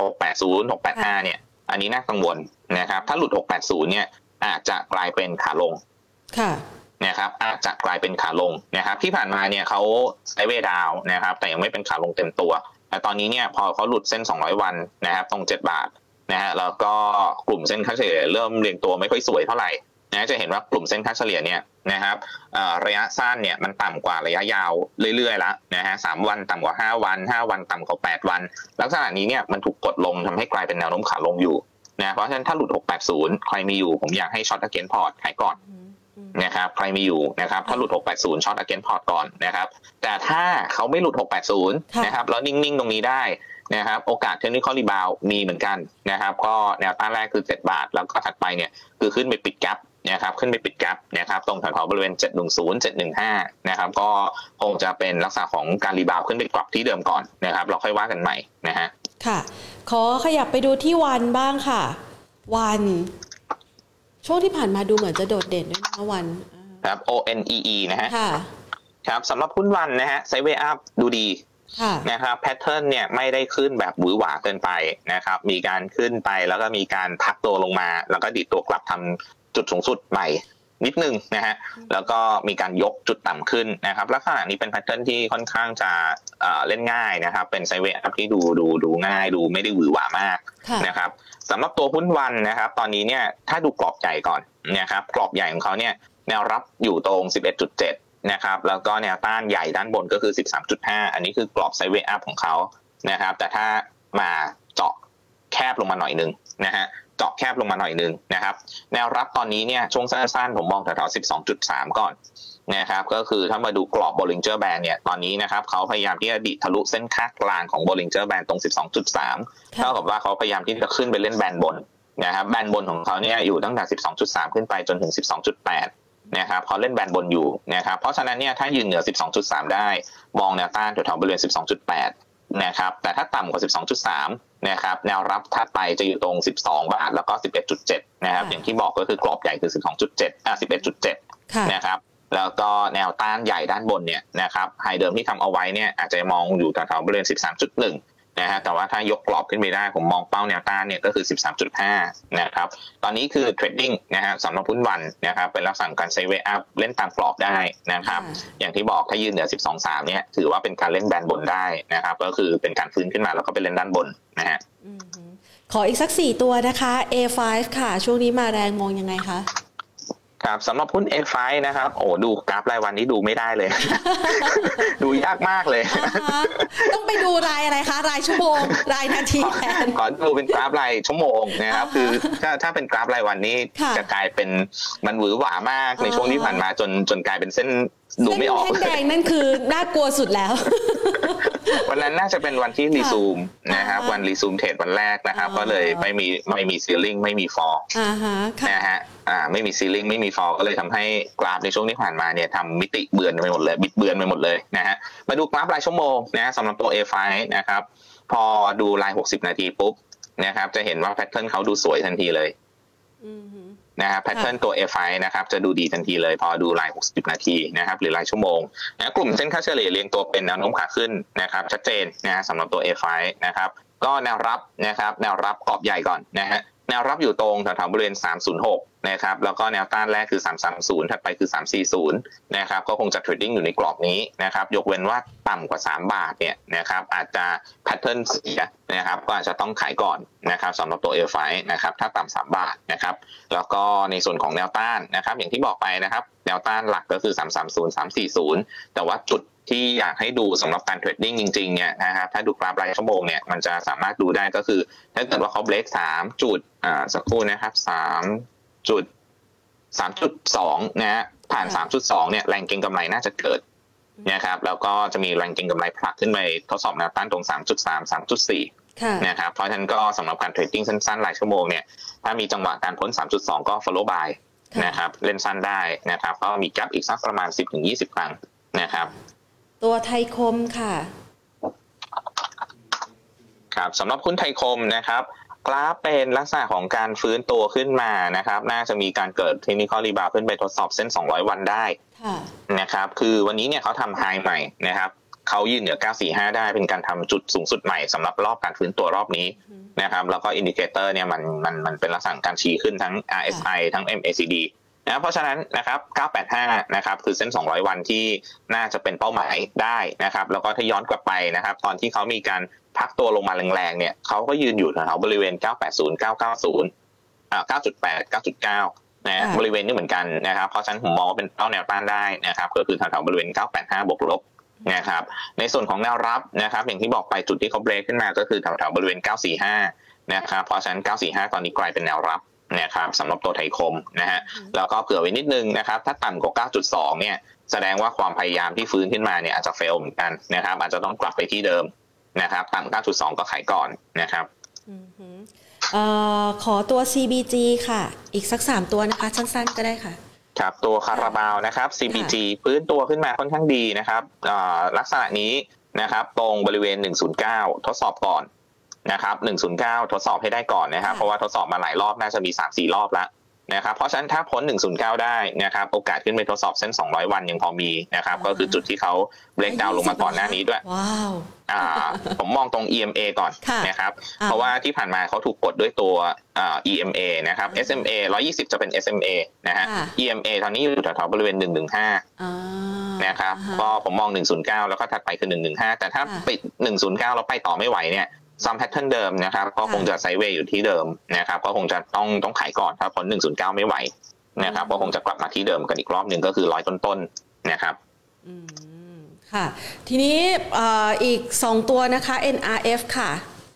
680 685เนี่ยอันนี้น่ากังวลนะครับถ้าหลุด680เนี่ยอาจจะกลายเป็นขาลงค่ะนะครับอาจจะกลายเป็นขาลงนะครับที่ผ่านมาเนี่ยเขาไซด์เวย์ดาวน์นะครับแต่ยังไม่เป็นขาลงเต็มตัวแต่ตอนนี้เนี่ยพอเขาหลุดเส้น200วันนะครับตรง7 บาทนะฮะแล้วก็กลุ่มเส้นค่าเฉลี่ยเริ่มเรียงตัวไม่ค่อยสวยเท่าไหร่นะจะเห็นว่ากลุ่มเส้นค่าเฉลี่ยเนี่ยนะครับระยะสั้นเนี่ยมันต่ำกว่าระยะยาวเรื่อยๆแล้วนะฮะ3 วันต่ำกว่า5 วัน5 วันต่ำกว่า8 วันลักษณะนี้เนี่ยมันถูกกดลงทำให้กลายเป็นแนวโน้มขาลงอยู่นะเพราะฉะนั้นถ้าหลุด680ใครมีอยู่ผมอยากให้ช็อต against port ขายก่อนนะครับใครมีอยู่นะครับถ้าหลุด680ช็อต against port ก่อนนะครับแต่ถ้าเขาไม่หลุด680นะครับแล้วนิ่งๆตรงนี้ได้นะครับโอกาสเทคนิคอลรีบาวมีเหมือนกันนะครับก็แนวต้านแรกคือ7 บาทแล้วก็ถัดไปเนี่ยคือขึ้นไปปิดแกปนะครับขึ้นไปปิดแกปนะครับตรงแถวๆบริเวณ710 715นะครับก็คงจะเป็นลักษณะของการรีบาวขึ้นไปกลับที่เดิมก่อนนะครับเราค่อยว่ากันใหม่นะฮะค่ะขอขยับไปดูที่วันบ้างค่ะวันช่วงที่ผ่านมาดูเหมือนจะโดดเด่นด้วยนะวันครับ ONEE นะฮะค่ะครับสำหรับหุ้นวันนะฮะไซด์เวย์อัพดูดีนะครับแพทเทิร์นเนี่ยไม่ได้ขึ้นแบบหวือหวาเกินไปนะครับมีการขึ้นไปแล้วก็มีการพักตัวลงมาแล้วก็ดีดตัวกลับทำจุดสูงสุดใหม่นิดนึงนะฮะแล้วก็มีการยกจุดต่ำขึ้นนะครับลักษณะนี้เป็นแพทเทิร์นที่ค่อนข้างจะเล่นง่ายนะครับเป็นไซด์เวย์อัพที่ดูง่ายดูไม่ได้หวือหวามากนะครับสำหรับตัวหุ้นวันนะครับตอนนี้เนี่ยถ้าดูกรอบใหญ่ก่อนนะครับกรอบใหญ่ของเขาเนี่ยแนวรับอยู่ตรง 11.7นะครับแล้วก็แนวต้านใหญ่ด้านบนก็คือ 13.5 อันนี้คือกรอบไซด์เวย์อัพของเขานะครับแต่ถ้ามาเจาะแคบลงมาหน่อยนึงนะฮะเจาะแคบลงมาหน่อยนึงนะครับแนวรับตอนนี้เนี่ยช่วงสั้นๆผมมองแถวๆ 12.3 ก่อนนะครับก็คือถ้ามาดูกรอบ Bollinger Band เนี่ยตอนนี้นะครับเขาพยายามที่จะดิดทะลุเส้นค่ากลางของ Bollinger Band ตรง 12.3 เท่ากับว่าเขาพยายามที่จะขึ้นไปเล่นแบนด์บนนะครับแบนด์บนของเขาเนี่ยอยู่ตั้งแต่ 12.3 ขึ้นไปจนถึง 12.8 นะครับเขาเล่นแบนด์บนอยู่นะครับเพราะฉะนั้นเนี่ยถ้ายืนเหนือ 12.3 ได้มองแนวต้านแถวๆบริเวณ 12.8 นะครับแต่ถ้าต่ำกว่า 12.3 นะครับแนวรับถัดไปจะอยู่ตรง12 บาทแล้วก็ 11.7 นะครับอย่างที่บอกก็คือกรอบใหญ่คือ 12.7 11.7 นะครับแล้วก็แนวต้านใหญ่ด้านบนเนี่ยนะครับไฮเดิมที่ทำเอาไว้เนี่ยอาจจะมองอยู่แถวๆบริเวณ 13.1 นะฮะแต่ว่าถ้ายกกรอบขึ้นไปได้ผมมองเป้าแนวต้านเนี่ยก็คือ 13.5 นะครับตอนนี้คือเทรดดิ้งนะฮะสำหรับหุ้นวันนะครับเป็นลักษณะการไซด์เวย์อัพเล่นตามกรอบได้นะครับอย่างที่บอกถ้ายืนเหนือ 12.3 เนี่ยถือว่าเป็นการเล่นแบนด์บนได้นะครับก็คือเป็นการฟื้นขึ้นมาแล้วก็ไปเล่นด้านบนนะฮะขออีกสัก4ตัวนะคะ A5 ค่ะช่วงนี้มาแรงมองยังไงคะครับสำหรับหุ้น A5 นะครับโอ้ดูกราฟรายวันนี้ดูไม่ได้เลย ดูยากมากเลยต้องไปดูรายอะไรคะรายชั่วโมงรายนาทีแทนขอดูเป็นกราฟรายชั่วโมงนะครับคือถ้าเป็นกราฟรายวันนี้จะกลายเป็นมันหวือหวามากในช่วงที่ผ่านมาจนกลายเป็นเส้นดูไม่ออกเส้นแดงนั่นคือน่ากลัวสุดแล้ววันนั้นน่าจะเป็นวันที่รีซูมนะครับวันรีซูมเทรดวันแรกนะครับก็เลยไม่มีซีลิ่งไม่มีฟอลนะฮะไม่มีซีลิ่งไม่มีฟอลก็เลยทำให้กราฟในช่วงที่ผ่านมาเนี่ยทำมิติเบือนไปหมดเลยบิดเบือนไปหมดเลยนะฮะมาดูกราฟรายชั่วโมงนะสำหรับตัว A5 นะครับพอดูราย60นาทีปุ๊บนะครับจะเห็นว่าแพทเทิร์นเขาดูสวยทันทีเลยนะครับแพทเทิร์นตัว A5 นะครับจะดูดีทันทีเลยพอดูราย60นาทีนะครับหรือรายชั่วโมงนะกลุ่มเส้นค่าเฉลี่ยเรียงตัวเป็นแนวโน้มขาขึ้นนะครับชัดเจนนะสำหรับตัว A5 นะครับก็แนวรับนะครับแนวรับกรอบใหญ่ก่อนนะฮะแนวรับอยู่ตรงแถวๆบริเวณ306นะครับแล้วก็แนวต้านแรกคือ330ถัดไปคือ340นะครับก็คงจะเทรดดิ้งอยู่ในกรอบนี้นะครับยกเว้นว่าต่ำกว่า3บาทเนี่ยนะครับอาจจะแพทเทิร์นเสียนะครับก็อาจจะต้องขายก่อนนะครับสำหรับตัว A5 นะครับถ้าต่ำ3บาทนะครับแล้วก็ในส่วนของแนวต้านนะครับอย่างที่บอกไปนะครับแนวต้านหลักก็คือ330 340แต่ว่าจุดที่อยากให้ดูสำหรับการเทรดดิ้งจริงๆเนี่ยนะครับถ้าดูกราฟรายชั่วโมงเนี่ยมันจะสามารถดูได้ก็คือถ้าเกิดว่าเขาเบรก3จุดสักครู่นะครับ3.2นะฮะผ่าน 3.2 เนี่ยแรงเก็งกำไรน่าจะเกิดนะครับแล้วก็จะมีแรงเก็งกำไรผลักขึ้นไปทดสอบแนวต้านตรง 3.3 3.4 นะครับเพราะฉะนั้นก็สำหรับการเทรดดิ้งสั้นๆรายชั่วโมงเนี่ยถ้ามีจังหวะการพ้น 3.2 ก็ follow buy นะครับเล่นสั้นได้นะครับก็มีแกปอีกสักประมาณ 10-20 ครั้งนะครับตัวไทยคมค่ะครับสำหรับหุ้นไทยคมนะครับกราฟเป็นลักษณะของการฟื้นตัวขึ้นมานะครับน่าจะมีการเกิดเทคนิคอลรีบาวด์ขึ้นไปทดสอบเส้น200วันได้นะครับคือวันนี้เนี่ยเขาทำไฮใหม่นะครับเขายืนเหนือ945ได้เป็นการทำจุดสูงสุดใหม่สำหรับรอบการฟื้นตัวรอบนี้นะครับแล้วก็อินดิเคเตอร์เนี่ยมันเป็นลักษณะการชี้ขึ้นทั้ง RSI ทั้ง MACDนะเพราะฉะนั้นนะครับ985นะครับคือเส้น200วันที่น่าจะเป็นเป้าหมายได้นะครับแล้วก็ถ้าย้อนกลับไปนะครับตอนที่เขามีการพักตัวลงมาแรงๆเนี่ยเขาก็ยืนอยู่แถวๆบริเวณ980 990 9.8 9.9นะบริเวณนี้เหมือนกันนะครับเพราะฉะนั้นผมมองว่าเป็นเป้าแนวต้านได้นะครับก็คือแถวๆบริเวณ985บวกลบนะครับในส่วนของแนวรับนะครับอย่างที่บอกไปจุดที่เขาเบรกขึ้นมาก็คือแถวๆบริเวณ945นะครับเพราะฉะนั้น945ตอนนี้กลายเป็นแนวรับนะครับสำหรับตัวไทยคมนะฮะแล้วก็เผื่อไว้นิดนึงนะครับถ้าต่ำกว่า 9.2 เนี่ยแสดงว่าความพยายามที่ฟื้นขึ้นมาเนี่ยอาจจะเฟลเหมือนกันนะครับอาจจะต้องกลับไปที่เดิมนะครับต่ำ 9.2 ก็ขายก่อนนะครับขอตัว CBG ค่ะอีกสัก3ตัวนะคะสั้นๆก็ได้ค่ะครับตัวคาราบาวนะครับ CBG ฟื้นตัวขึ้นมาค่อนข้างดีนะครับลักษณะนี้นะครับตรงบริเวณ109ทดสอบก่อนนะครับ109ทดสอบให้ได้ก่อนนะครับเพราะว่าทดสอบมาหลายรอบน่าจะมี 3-4 รอบแล้วนะครับเพราะฉะนั้นถ้าพ้น109ได้นะครับโอกาสขึ้นไปทดสอบเส้น200วันยังพอมีนะครับก็คือจุดที่เขาเบรกดาวน์ลงมาก่อนหน้านี้ด้วยว้าวผมมองตรง EMA ก่อนนะครับเพราะว่าที่ผ่านมาเขาถูกกดด้วยตัวEMA นะครับ SMA 120จะเป็น SMA นะฮะ EMA ตอนนี้อยู่แถวๆบริเวณ115นะครับก็ผมมอง109แล้วก็ถัดไปคือ115แต่ถ้าปิด109แล้วไปต่อไม่ไหวเนี่ยซ้ำแพทเทิร์นเดิมนะครับก็คงจะไซด์เวย์อยู่ที่เดิมนะครับก็คงจะต้องขายก่อนถ้าพ้น109ไม่ไหวนะครับก็คงจะกลับมาที่เดิมกันอีกรอบนึงก็คือ100ต้นๆนะครับค่ะทีนี้อีก2ตัวนะคะ NRF ค่ะ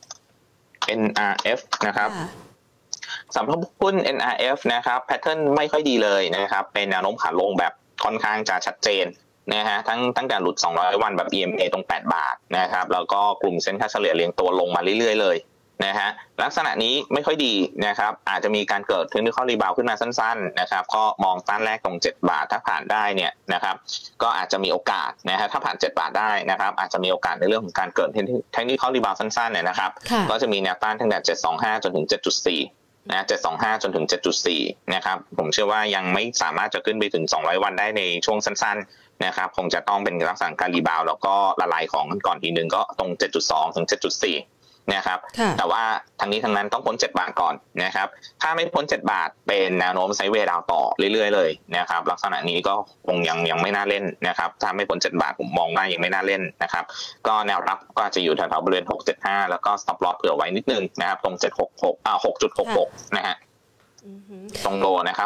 NRF นะครับสำหรับหุ้น NRF นะครับแพทเทิร์นไม่ค่อยดีเลยนะครับเป็นแนวโน้มขาลงแบบค่อนข้างจะชัดเจนนะฮะตั้งแต่หลุด200วันแบบ EMA ตรง8บาทนะครับแล้วก็กลุ่มเส้นค่าเฉลี่ยเรียงตัวลงมาเรื่อยๆเลยนะฮะลักษณะนี้ไม่ค่อยดีนะครับอาจจะมีการเกิดเทคนิคอลรีบาวด์ขึ้นมาสั้นๆนะครับก็มองต้านแรกตรง7บาทถ้าผ่านได้เนี่ยนะครับก็อาจจะมีโอกาสนะฮะถ้าผ่าน7บาทได้นะครับอาจจะมีโอกาสในเรื่องของการเกิดเทคนิคอลรีบาวด์สั้นๆเนี่ยนะครับก็จะมีแนวต้านตั้งแต่725จนถึง 7.4นะ725จนถึง 7.4 นะครับผมเชื่อว่ายังไม่สามารถจะขึ้นไปถึง200วันได้ในช่วงสั้นๆนะครับคงจะต้องเป็นลักษณะการรีบาวด์แล้วก็ละลายของก่อนทีนึงก็ตรง 7.2 ถึง 7.4 นะครับแต่ว่าทั้งนี้ทั้งนั้นต้องพ้น7บาทก่อนนะครับถ้าไม่พ้น7บาทเป็นแนวโน้มไซด์เวย์ดาวต่อเรื่อยๆเลยนะครับลักษณะนี้ก็คงยังไม่น่าเล่นนะครับถ้าไม่พ้น7บาทผมมองว่ายังไม่น่าเล่นนะครับก็แนวรับก็จะอยู่แถวๆบริเวณ675แล้วก็ stop loss เผื่อไว้นิดนึงนะครับตรง6.66 นะฮะตรงโลนะครับ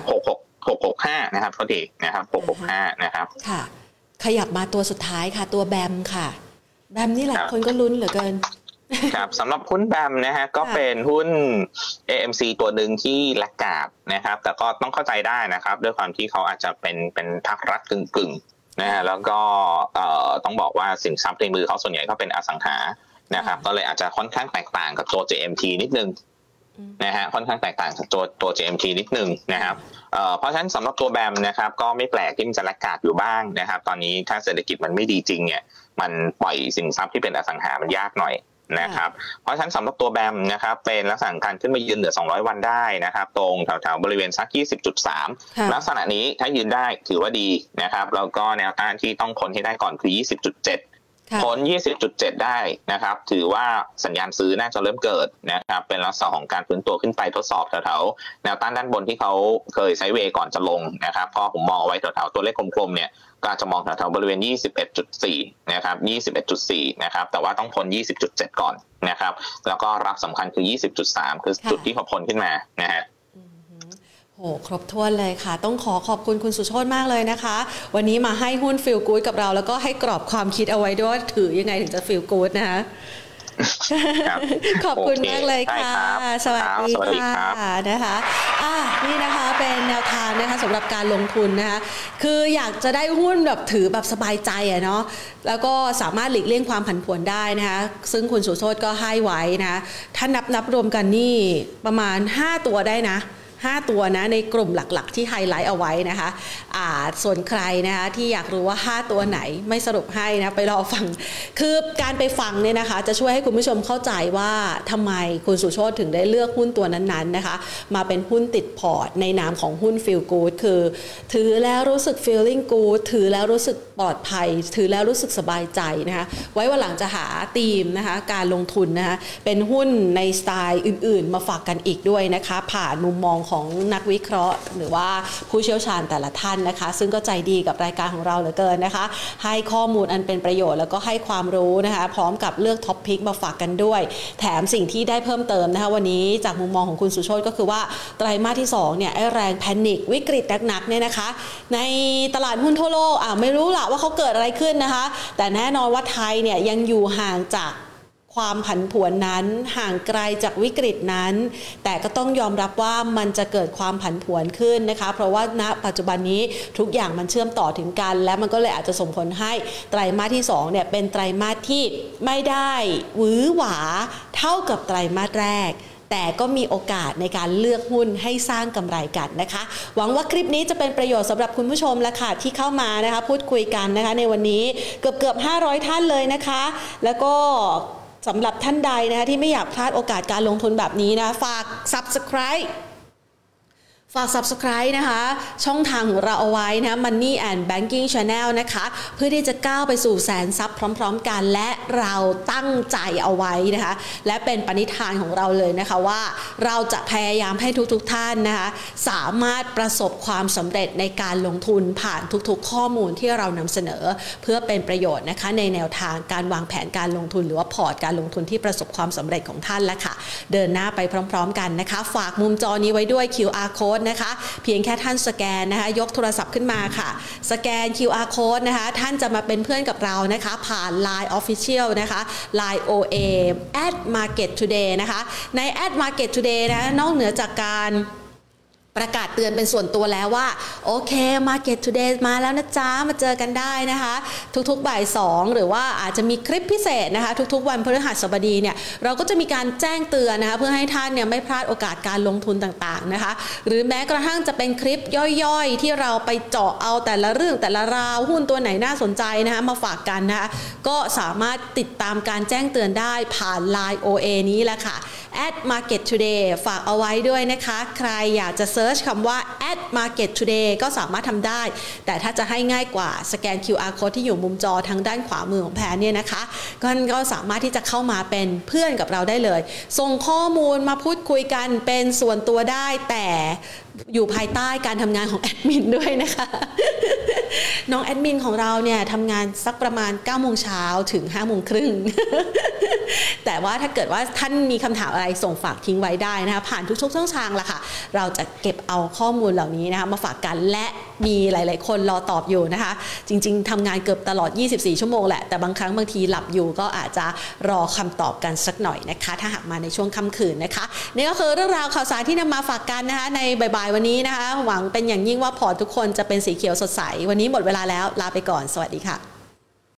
665นะครับพอดีนะครับ665นะครับค่ะขยับมาตัวสุดท้ายค่ะตัวแบมค่ะแบมนี่หลายคนก็ลุ้นเหลือเกินครับสำหรับหุ้นแบมนะฮะก็เป็นหุ้น AMC ตัวหนึ่งที่แลกขาดนะครับแต่ก็ต้องเข้าใจได้นะครับด้วยความที่เขาอาจจะเป็นภาครัฐกึ่งนะฮะแล้วก็ต้องบอกว่าสินทรัพย์ในมือเขาส่วนใหญ่ก็เป็นอสังหานะครับก็เลยอาจจะค่อนข้างแตกต่างกับตัว JMT นิดนึงนะฮะค่อนข้างแตกต่างจากตัว JMT นิดนึงนะครับเพราะฉะนั้นสำหรับตัวแบมนะครับก็ไม่แปลกที่มันจะแลกขาดอยู่บ้างนะครับตอนนี้ถ้าเศรษฐกิจมันไม่ดีจริงเนี่ยมันปล่อยสินทรัพย์ที่เป็นอสังหามันยากหน่อยนะครับเพราะฉะนั้นสำหรับตัวแบมนะครับเป็นลักษณะการขึ้นมายืนเหนือ200วันได้นะครับตรงแถวๆบริเวณสัก 20.3 ลักษณะนี้ถ้ายืนได้ถือว่าดีนะครับแล้วก็แนวต้านที่ต้องพ้นให้ได้ก่อนคือ 20.7 พ้น 20.7 ได้นะครับถือว่าสัญญาณซื้อน่าจะเริ่มเกิดนะครับเป็นลักษณะของการฟื้นตัวขึ้นไปทดสอบแถวๆแนวต้านด้านบนที่เขาเคยไซด์เวย์ก่อนจะลงนะครับพอผมมองเอาไว้แถวๆตัวเลขกลมๆเนี่ยก็จะมองแถวๆบริเวณ 21.4 นะครับ 21.4 นะครับแต่ว่าต้องพ้น 20.7 ก่อนนะครับแล้วก็รับสำคัญคือ 20.3 คือจุดที่เขาพ้นขึ้นมานะฮะโอ้ครบถ้วนเลยค่ะต้องขอบคุณคุณสุโชติมากเลยนะคะวันนี้มาให้หุ้นฟีลกู๊ดกับเราแล้วก็ให้กรอบความคิดเอาไว้ด้วยถือยังไงถึงจะฟีลกู๊ดนะคะขอบคุณมากเลยค่ะสวัสดีค่ะนะคะนี่นะคะเป็นแนวทางนะคะสำหรับการลงทุนนะคะคืออยากจะได้หุ้นแบบถือแบบสบายใจเนาะแล้วก็สามารถหลีกเลี่ยงความผันผวนได้นะคะซึ่งคุณสุโชติก็ให้ไว้นะถ้านับรวมกันนี่ประมาณ5ตัวได้นะ5ตัวนะในกลุ่มหลักๆที่ไฮไลท์เอาไว้นะคะส่วนใครนะคะที่อยากรู้ว่า5ตัวไหนไม่สรุปให้นะไปรอฟังคือการไปฟังเนี่ยนะคะจะช่วยให้คุณผู้ชมเข้าใจว่าทำไมคุณสุโชติถึงได้เลือกหุ้นตัวนั้นๆนะคะมาเป็นหุ้นติดพอร์ตในนามของหุ้น Feel Good คือถือแล้วรู้สึก feeling good ถือแล้วรู้สึกปลอดภัยถือแล้วรู้สึกสบายใจนะคะไว้วันหลังจะหาธีมนะคะการลงทุนนะคะเป็นหุ้นในสไตล์อื่นๆมาฝากกันอีกด้วยนะคะผ่านมุมมองของนักวิเคราะห์หรือว่าผู้เชี่ยวชาญแต่ละท่านนะคะซึ่งก็ใจดีกับรายการของเราเหลือเกินนะคะให้ข้อมูลอันเป็นประโยชน์แล้วก็ให้ความรู้นะคะพร้อมกับเลือกท็อปพิกมาฝากกันด้วยแถมสิ่งที่ได้เพิ่มเติมนะคะวันนี้จากมุมมองของคุณสุโชติก็คือว่าไตรมาสที่2เนี่ยไอ้แรงแพนิควิกฤตหนักๆเนี่ยนะคะในตลาดหุ้นทั่วโลกไม่รู้ล่ะว่าเขาเกิดอะไรขึ้นนะคะแต่แน่นอนว่าไทยเนี่ยยังอยู่ห่างจากความผันผวนนั้นห่างไกลจากวิกฤตนั้นแต่ก็ต้องยอมรับว่ามันจะเกิดความผันผวนขึ้นนะคะเพราะว่าณปัจจุบันนี้ทุกอย่างมันเชื่อมต่อถึงกันและมันก็เลยอาจจะส่งผลให้ไตรมาสที่2เนี่ยเป็นไตรมาสที่ไม่ได้หวือหวาเท่ากับไตรมาสแรกแต่ก็มีโอกาสในการเลือกหุ้นให้สร้างกำไรกันนะคะหวังว่าคลิปนี้จะเป็นประโยชน์สำหรับคุณผู้ชมและค่ะที่เข้ามานะคะพูดคุยกันนะคะในวันนี้เกือบ500ท่านเลยนะคะแล้วก็สำหรับท่านใดนะคะที่ไม่อยากพลาดโอกาสการลงทุนแบบนี้นะฝาก Subscribe นะคะช่องทางของเราเอาไว้นะ Money and Banking Channel นะคะเพื่อที่จะก้าวไปสู่แสนทรัพย์พร้อมๆกันและเราตั้งใจเอาไว้นะคะและเป็นปณิธานของเราเลยนะคะว่าเราจะพยายามให้ทุกท่านนะคะสามารถประสบความสำเร็จในการลงทุนผ่านทุกๆข้อมูลที่เรานำเสนอเพื่อเป็นประโยชน์นะคะในแนวทางการวางแผนการลงทุนหรือว่าพอร์ตการลงทุนที่ประสบความสำเร็จของท่านและค่ะเดินหน้าไปพร้อมๆกันนะคะฝากมุมจอนี้ไว้ด้วย QR codeนะคะเพียงแค่ท่านสแกนนะคะยกโทรศัพท์ขึ้นมาค่ะสแกน QR code นะคะท่านจะมาเป็นเพื่อนกับเรานะคะผ่าน Line Official นะคะ Line OA @market_today นะคะใน @market_today นะนอกเหนือจากการประกาศเตือนเป็นส่วนตัวแล้วว่าโอเค Market Today มาแล้วนะจ๊ะมาเจอกันได้นะคะทุกๆบ่าย2หรือว่าอาจจะมีคลิปพิเศษนะคะทุกๆวันพฤหัสบดีเนี่ยเราก็จะมีการแจ้งเตือนนะคะเพื่อให้ท่านเนี่ยไม่พลาดโอกาสการลงทุนต่างๆนะคะหรือแม้กระทั่งจะเป็นคลิปย่อยๆที่เราไปเจาะเอาแต่ละเรื่องแต่ละราวหุ้นตัวไหนน่าสนใจนะคะมาฝากกันนะคะก็สามารถติดตามการแจ้งเตือนได้ผ่าน Line OA นี้แหละค่ะ@market_today ฝากเอาไว้ด้วยนะคะใครอยากจะเซิร์ชคำว่า @market_today ก็สามารถทำได้แต่ถ้าจะให้ง่ายกว่าสแกน QR code ที่อยู่มุมจอทางด้านขวามือของแพนเนี่ยนะคะก็สามารถที่จะเข้ามาเป็นเพื่อนกับเราได้เลยส่งข้อมูลมาพูดคุยกันเป็นส่วนตัวได้แต่อยู่ภายใต้การทำงานของแอดมินด้วยนะคะน้องแอดมินของเราเนี่ยทำงานสักประมาณ 9:00 นถึง 5:30 นแต่ว่าถ้าเกิดว่าท่านมีคำถามอะไรส่งฝากทิ้งไว้ได้นะคะผ่านทุกช่องทางละค่ะเราจะเก็บเอาข้อมูลเหล่านี้นะคะมาฝากกันและมีหลายๆคนรอตอบอยู่นะคะจริงๆทำงานเกือบตลอด24ชั่วโมงแหละแต่บางครั้งบางทีหลับอยู่ก็อาจจะรอคำตอบกันสักหน่อยนะคะถ้าหากมาในช่วงค่ำคืนนะคะนี่ก็คือเรื่องราวข่าวสารที่นำมาฝากกันนะคะในบ่ายวันนี้นะคะหวังเป็นอย่างยิ่งว่าพอร์ตทุกคนจะเป็นสีเขียวสดใสวันนี้หมดเวลาแล้วลาไปก่อนสวัสดีค่ะ